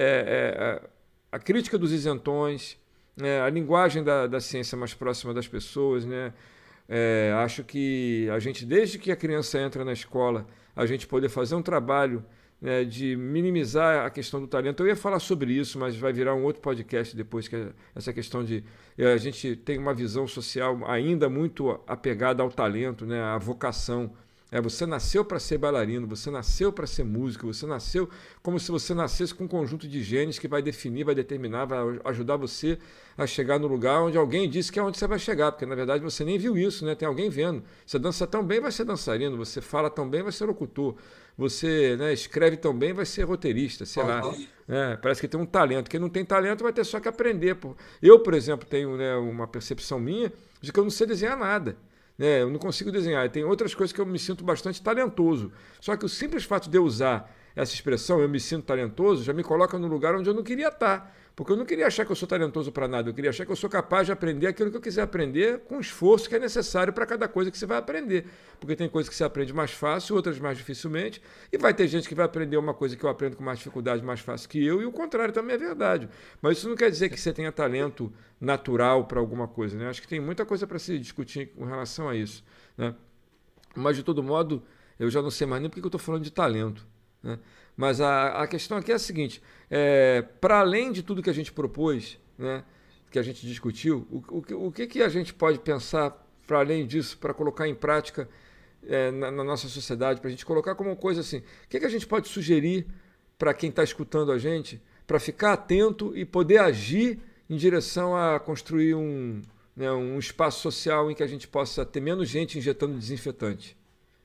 a crítica dos isentões, né? A linguagem da ciência mais próxima das pessoas, né? Acho que a gente, desde que a criança entra na escola, a gente poder fazer um trabalho, né, de minimizar a questão do talento. Eu ia falar sobre isso, mas vai virar um outro podcast depois, que é essa questão de a gente tem uma visão social ainda muito apegada ao talento, né, à vocação. Você nasceu para ser bailarino, você nasceu para ser músico, você nasceu como se você nascesse com um conjunto de genes que vai definir, vai determinar, vai ajudar você a chegar no lugar onde alguém disse que é onde você vai chegar, porque na verdade você nem viu isso, né? Tem alguém vendo. Você dança tão bem, vai ser dançarino, você fala tão bem, vai ser locutor, você, né, escreve tão bem, vai ser roteirista, sei lá. Parece que tem um talento. Quem não tem talento vai ter só que aprender. Eu, por exemplo, tenho, né, uma percepção minha de que eu não sei desenhar nada. Eu não consigo desenhar. E tem outras coisas que eu me sinto bastante talentoso. Só que o simples fato de eu usar essa expressão, eu me sinto talentoso, já me coloca no lugar onde eu não queria estar. Porque eu não queria achar que eu sou talentoso para nada. Eu queria achar que eu sou capaz de aprender aquilo que eu quiser aprender com o esforço que é necessário para cada coisa que você vai aprender. Porque tem coisas que você aprende mais fácil, outras mais dificilmente. E vai ter gente que vai aprender uma coisa que eu aprendo com mais dificuldade, mais fácil que eu, e o contrário também é verdade. Mas isso não quer dizer que você tenha talento natural para alguma coisa, né? Acho que tem muita coisa para se discutir com relação a isso, né? Mas, de todo modo, eu já não sei mais nem porque eu estou falando de talento, né? Mas a questão aqui é a seguinte, para além de tudo que a gente propôs, né, que a gente discutiu, o que a gente pode pensar para além disso, para colocar em prática na nossa sociedade, para a gente colocar como coisa assim, o que a gente pode sugerir para quem está escutando a gente, para ficar atento e poder agir em direção a construir um espaço social em que a gente possa ter menos gente injetando desinfetante?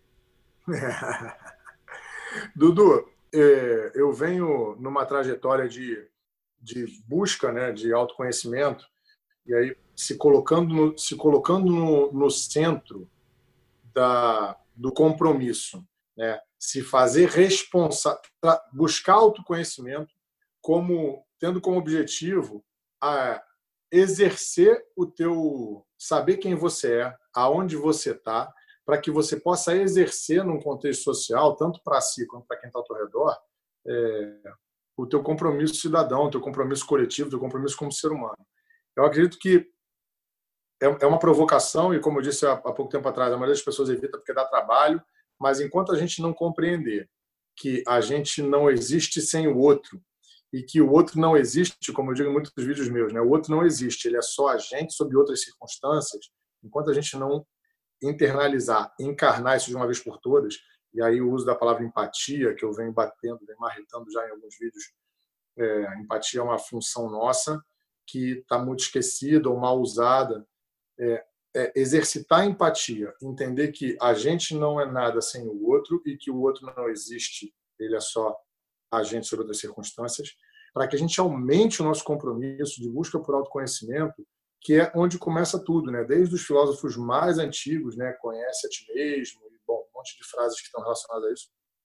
Dudu, eu venho numa trajetória de busca, né, de autoconhecimento, e aí se colocando no centro do compromisso, né, se fazer responsável, buscar autoconhecimento tendo como objetivo a exercer saber quem você é, aonde você está, para que você possa exercer num contexto social, tanto para si quanto para quem está ao teu redor, o teu compromisso cidadão, o teu compromisso coletivo, o teu compromisso como ser humano. Eu acredito que é uma provocação, e como eu disse há pouco tempo atrás, a maioria das pessoas evita porque dá trabalho, mas enquanto a gente não compreender que a gente não existe sem o outro, e que o outro não existe, como eu digo em muitos vídeos meus, né? O outro não existe, ele é só a gente sob outras circunstâncias, enquanto a gente não internalizar, encarnar isso de uma vez por todas, e aí o uso da palavra empatia, que eu venho marretando já em alguns vídeos, empatia é uma função nossa que está muito esquecida ou mal usada. Exercitar a empatia, entender que a gente não é nada sem o outro e que o outro não existe, ele é só a gente sob outras circunstâncias, para que a gente aumente o nosso compromisso de busca por autoconhecimento, que é onde começa tudo, né? Desde os filósofos mais antigos, né? Conhece a ti mesmo, e bom, um monte de frases que estão relacionadas a isso.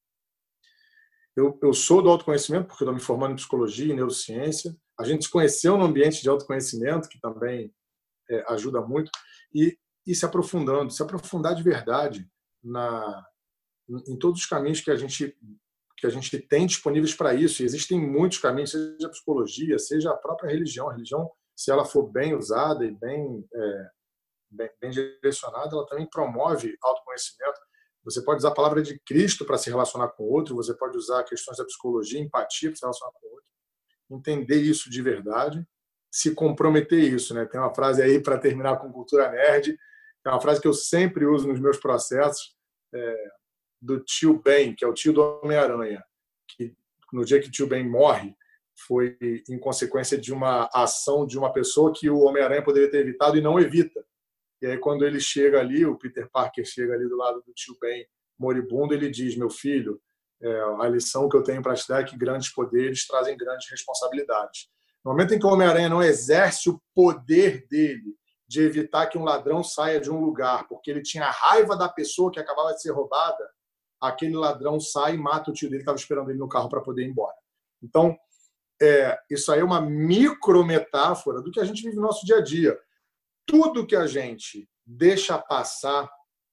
Eu sou do autoconhecimento porque estou me formando em psicologia e neurociência. A gente se conheceu no ambiente de autoconhecimento, que também ajuda muito, e se aprofundar de verdade em todos os caminhos que a gente tem disponíveis para isso. E existem muitos caminhos, seja a psicologia, seja a própria religião. A religião, se ela for bem usada e bem direcionada, ela também promove autoconhecimento. Você pode usar a palavra de Cristo para se relacionar com o outro, você pode usar questões da psicologia, empatia para se relacionar com o outro. Entender isso de verdade, se comprometer isso, né? Tem uma frase aí para terminar com cultura nerd, é uma frase que eu sempre uso nos meus processos, do tio Ben, que é o tio do Homem-Aranha, que no dia que o tio Ben morre, foi em consequência de uma ação de uma pessoa que o Homem-Aranha poderia ter evitado e não evita. E aí, quando ele chega ali, o Peter Parker chega ali do lado do tio Ben moribundo, ele diz: meu filho, a lição que eu tenho para te dar é que grandes poderes trazem grandes responsabilidades. No momento em que o Homem-Aranha não exerce o poder dele de evitar que um ladrão saia de um lugar, porque ele tinha raiva da pessoa que acabava de ser roubada, aquele ladrão sai e mata o tio dele que estava esperando ele no carro para poder ir embora. Então, isso aí é uma micrometáfora do que a gente vive no nosso dia a dia. tudo que a gente deixa passar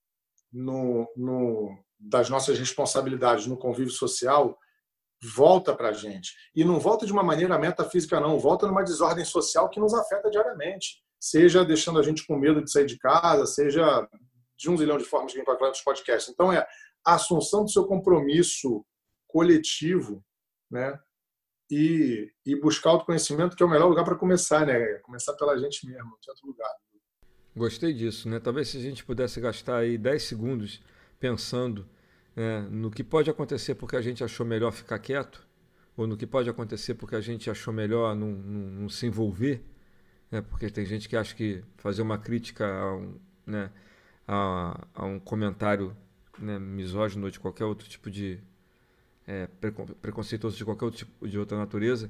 das nossas responsabilidades no convívio social volta para a gente. E não volta de uma maneira metafísica, não. Volta numa desordem social que nos afeta diariamente. Seja deixando a gente com medo de sair de casa, seja de 1 zilhão de formas que a gente vai falar nos podcasts. Então, é a assunção do seu compromisso coletivo, né? E buscar autoconhecimento, que é o melhor lugar para começar, né? Começar pela gente mesmo, não tem outro lugar. Gostei disso, né? Talvez se a gente pudesse gastar aí 10 segundos pensando, né, no que pode acontecer porque a gente achou melhor ficar quieto, ou no que pode acontecer porque a gente achou melhor não se envolver, né? Porque tem gente que acha que fazer uma crítica né, a um comentário, né, misógino ou de qualquer outro tipo de preconceituoso de qualquer outro tipo de outra natureza,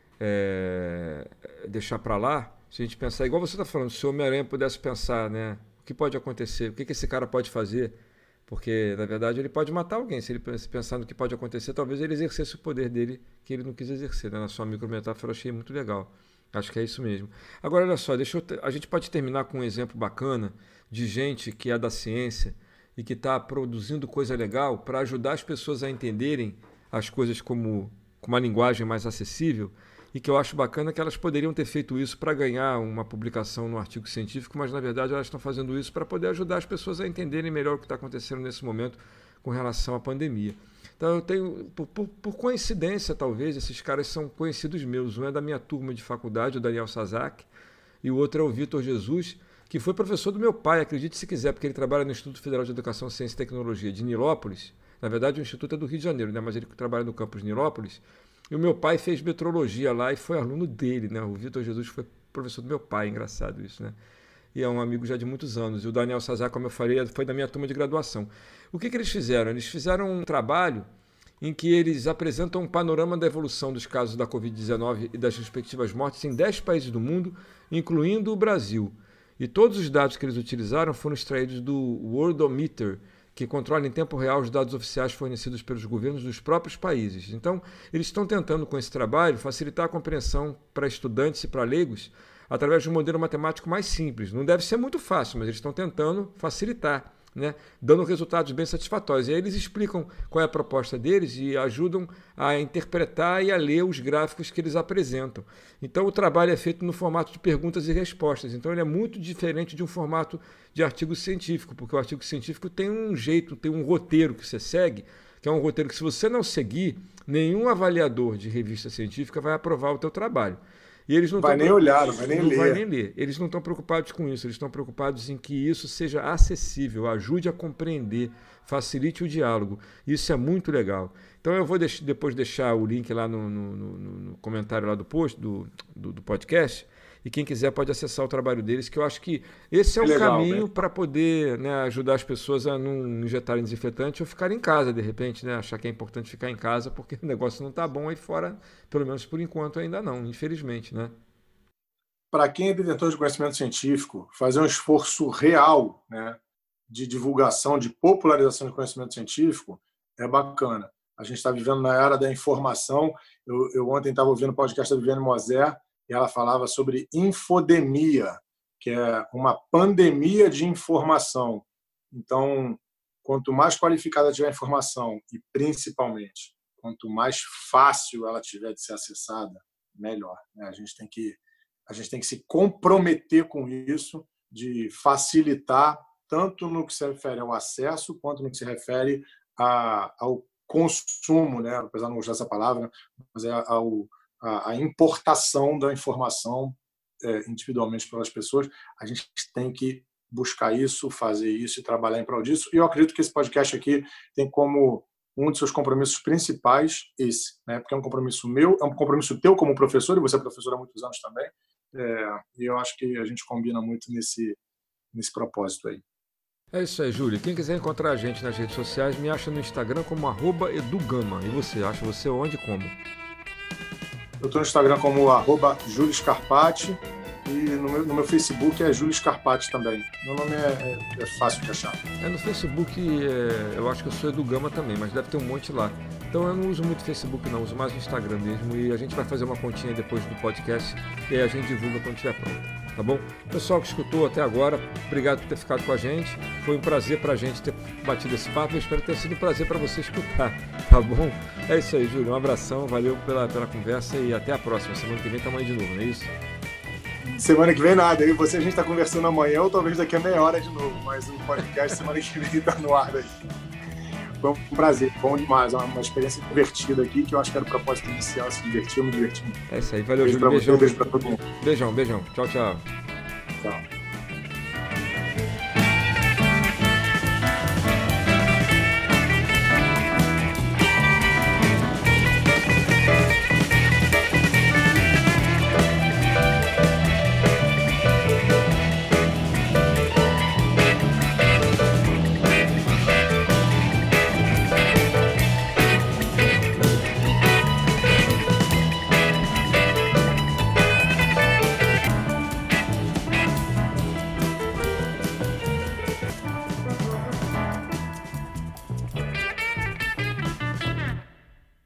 deixar para lá. Se a gente pensar, igual você está falando, se o Homem-Aranha pudesse pensar, né, o que pode acontecer, o que esse cara pode fazer, porque na verdade ele pode matar alguém. Se ele pensar no que pode acontecer, talvez ele exercesse o poder dele que ele não quis exercer, né? Na sua micrometáfora eu achei muito legal. Acho que é isso mesmo. Agora, olha só, a gente pode terminar com um exemplo bacana de gente que é da ciência e que está produzindo coisa legal para ajudar as pessoas a entenderem as coisas com uma linguagem mais acessível, e que eu acho bacana que elas poderiam ter feito isso para ganhar uma publicação no artigo científico, mas na verdade elas estão fazendo isso para poder ajudar as pessoas a entenderem melhor o que está acontecendo nesse momento com relação à pandemia. Então eu tenho, por coincidência talvez, esses caras são conhecidos meus. Um é da minha turma de faculdade, o Daniel Sazak, e o outro é o Vitor Jesus, que foi professor do meu pai, acredite se quiser, porque ele trabalha no Instituto Federal de Educação, Ciência e Tecnologia de Nilópolis. Na verdade o instituto é do Rio de Janeiro, né? Mas ele trabalha no campus Nilópolis. E o meu pai fez metrologia lá e foi aluno dele, né? O Vitor Jesus foi professor do meu pai, engraçado isso, né? E é um amigo já de muitos anos. E o Daniel Sazak, como eu falei, foi da minha turma de graduação. O que eles fizeram? Eles fizeram um trabalho em que eles apresentam um panorama da evolução dos casos da Covid-19 e das respectivas mortes em 10 países do mundo, incluindo o Brasil. E todos os dados que eles utilizaram foram extraídos do Worldometer, que controla em tempo real os dados oficiais fornecidos pelos governos dos próprios países. Então, eles estão tentando, com esse trabalho, facilitar a compreensão para estudantes e para leigos através de um modelo matemático mais simples. Não deve ser muito fácil, mas eles estão tentando facilitar, né, dando resultados bem satisfatórios. E aí eles explicam qual é a proposta deles e ajudam a interpretar e a ler os gráficos que eles apresentam. Então o trabalho é feito no formato de perguntas e respostas. Então ele é muito diferente de um formato de artigo científico, porque o artigo científico tem um jeito, tem um roteiro que você segue, que é um roteiro que, se você não seguir, nenhum avaliador de revista científica vai aprovar o teu trabalho. E eles não vai nem olhar, não vai nem ler. Vai nem ler. Eles não estão preocupados com isso, eles estão preocupados em que isso seja acessível, ajude a compreender, facilite o diálogo. Isso é muito legal. Então eu vou depois deixar o link lá no comentário lá do post, do podcast, e quem quiser pode acessar o trabalho deles, que eu acho que esse é um caminho para poder, né, ajudar as pessoas a não injetarem desinfetante ou ficarem em casa, de repente, né, achar que é importante ficar em casa porque o negócio não está bom aí fora, pelo menos por enquanto ainda não, infelizmente, né? Para quem é detentor de conhecimento científico, fazer um esforço real, né, de divulgação, de popularização de conhecimento científico é bacana. A gente está vivendo na era da informação. Eu ontem estava ouvindo o podcast da Viviane Moser, e ela falava sobre infodemia, que é uma pandemia de informação. Então, quanto mais qualificada tiver a informação e, principalmente, quanto mais fácil ela tiver de ser acessada, melhor, né? A gente tem que se comprometer com isso, de facilitar tanto no que se refere ao acesso quanto no que se refere ao consumo, né? Apesar de não usar essa palavra, mas é a importação da informação individualmente pelas pessoas. A gente tem que buscar isso, fazer isso e trabalhar em prol disso. E eu acredito que esse podcast aqui tem como um dos seus compromissos principais esse, né? Porque é um compromisso meu, é um compromisso teu como professor, e você é professor há muitos anos também, e eu acho que a gente combina muito nesse propósito aí. É isso aí, Júlio. Quem quiser encontrar a gente nas redes sociais, me acha no Instagram como @edugama. E você, acha você onde e como? Eu estou no Instagram como @Júlio Scarpati, e no meu Facebook é Júlio Scarpati também. Meu nome é fácil de achar. No Facebook eu acho que eu sou Edugama também, mas deve ter um monte lá. Então eu não uso muito Facebook não, uso mais o Instagram mesmo, e a gente vai fazer uma continha depois do podcast e aí a gente divulga quando estiver pronto. tá bom? Pessoal que escutou até agora, obrigado por ter ficado com a gente. Foi um prazer pra gente ter batido esse papo. Eu espero ter sido um prazer para você escutar, tá bom? É isso aí, Júlio. Um abração, valeu pela conversa e até a próxima. Semana que vem estamos aí de novo, não é isso? Semana que vem nada. Eu e você a gente está conversando amanhã ou talvez daqui a meia hora de novo. Mas o podcast semana que vem está no ar aí. Foi um prazer, bom demais. Uma experiência divertida aqui, que eu acho que era o propósito inicial, se divertir, eu me diverti. É isso aí, valeu, Beijo Júlio. Beijão. Beijo para todo mundo. Beijão. Tchau, tchau. Tchau.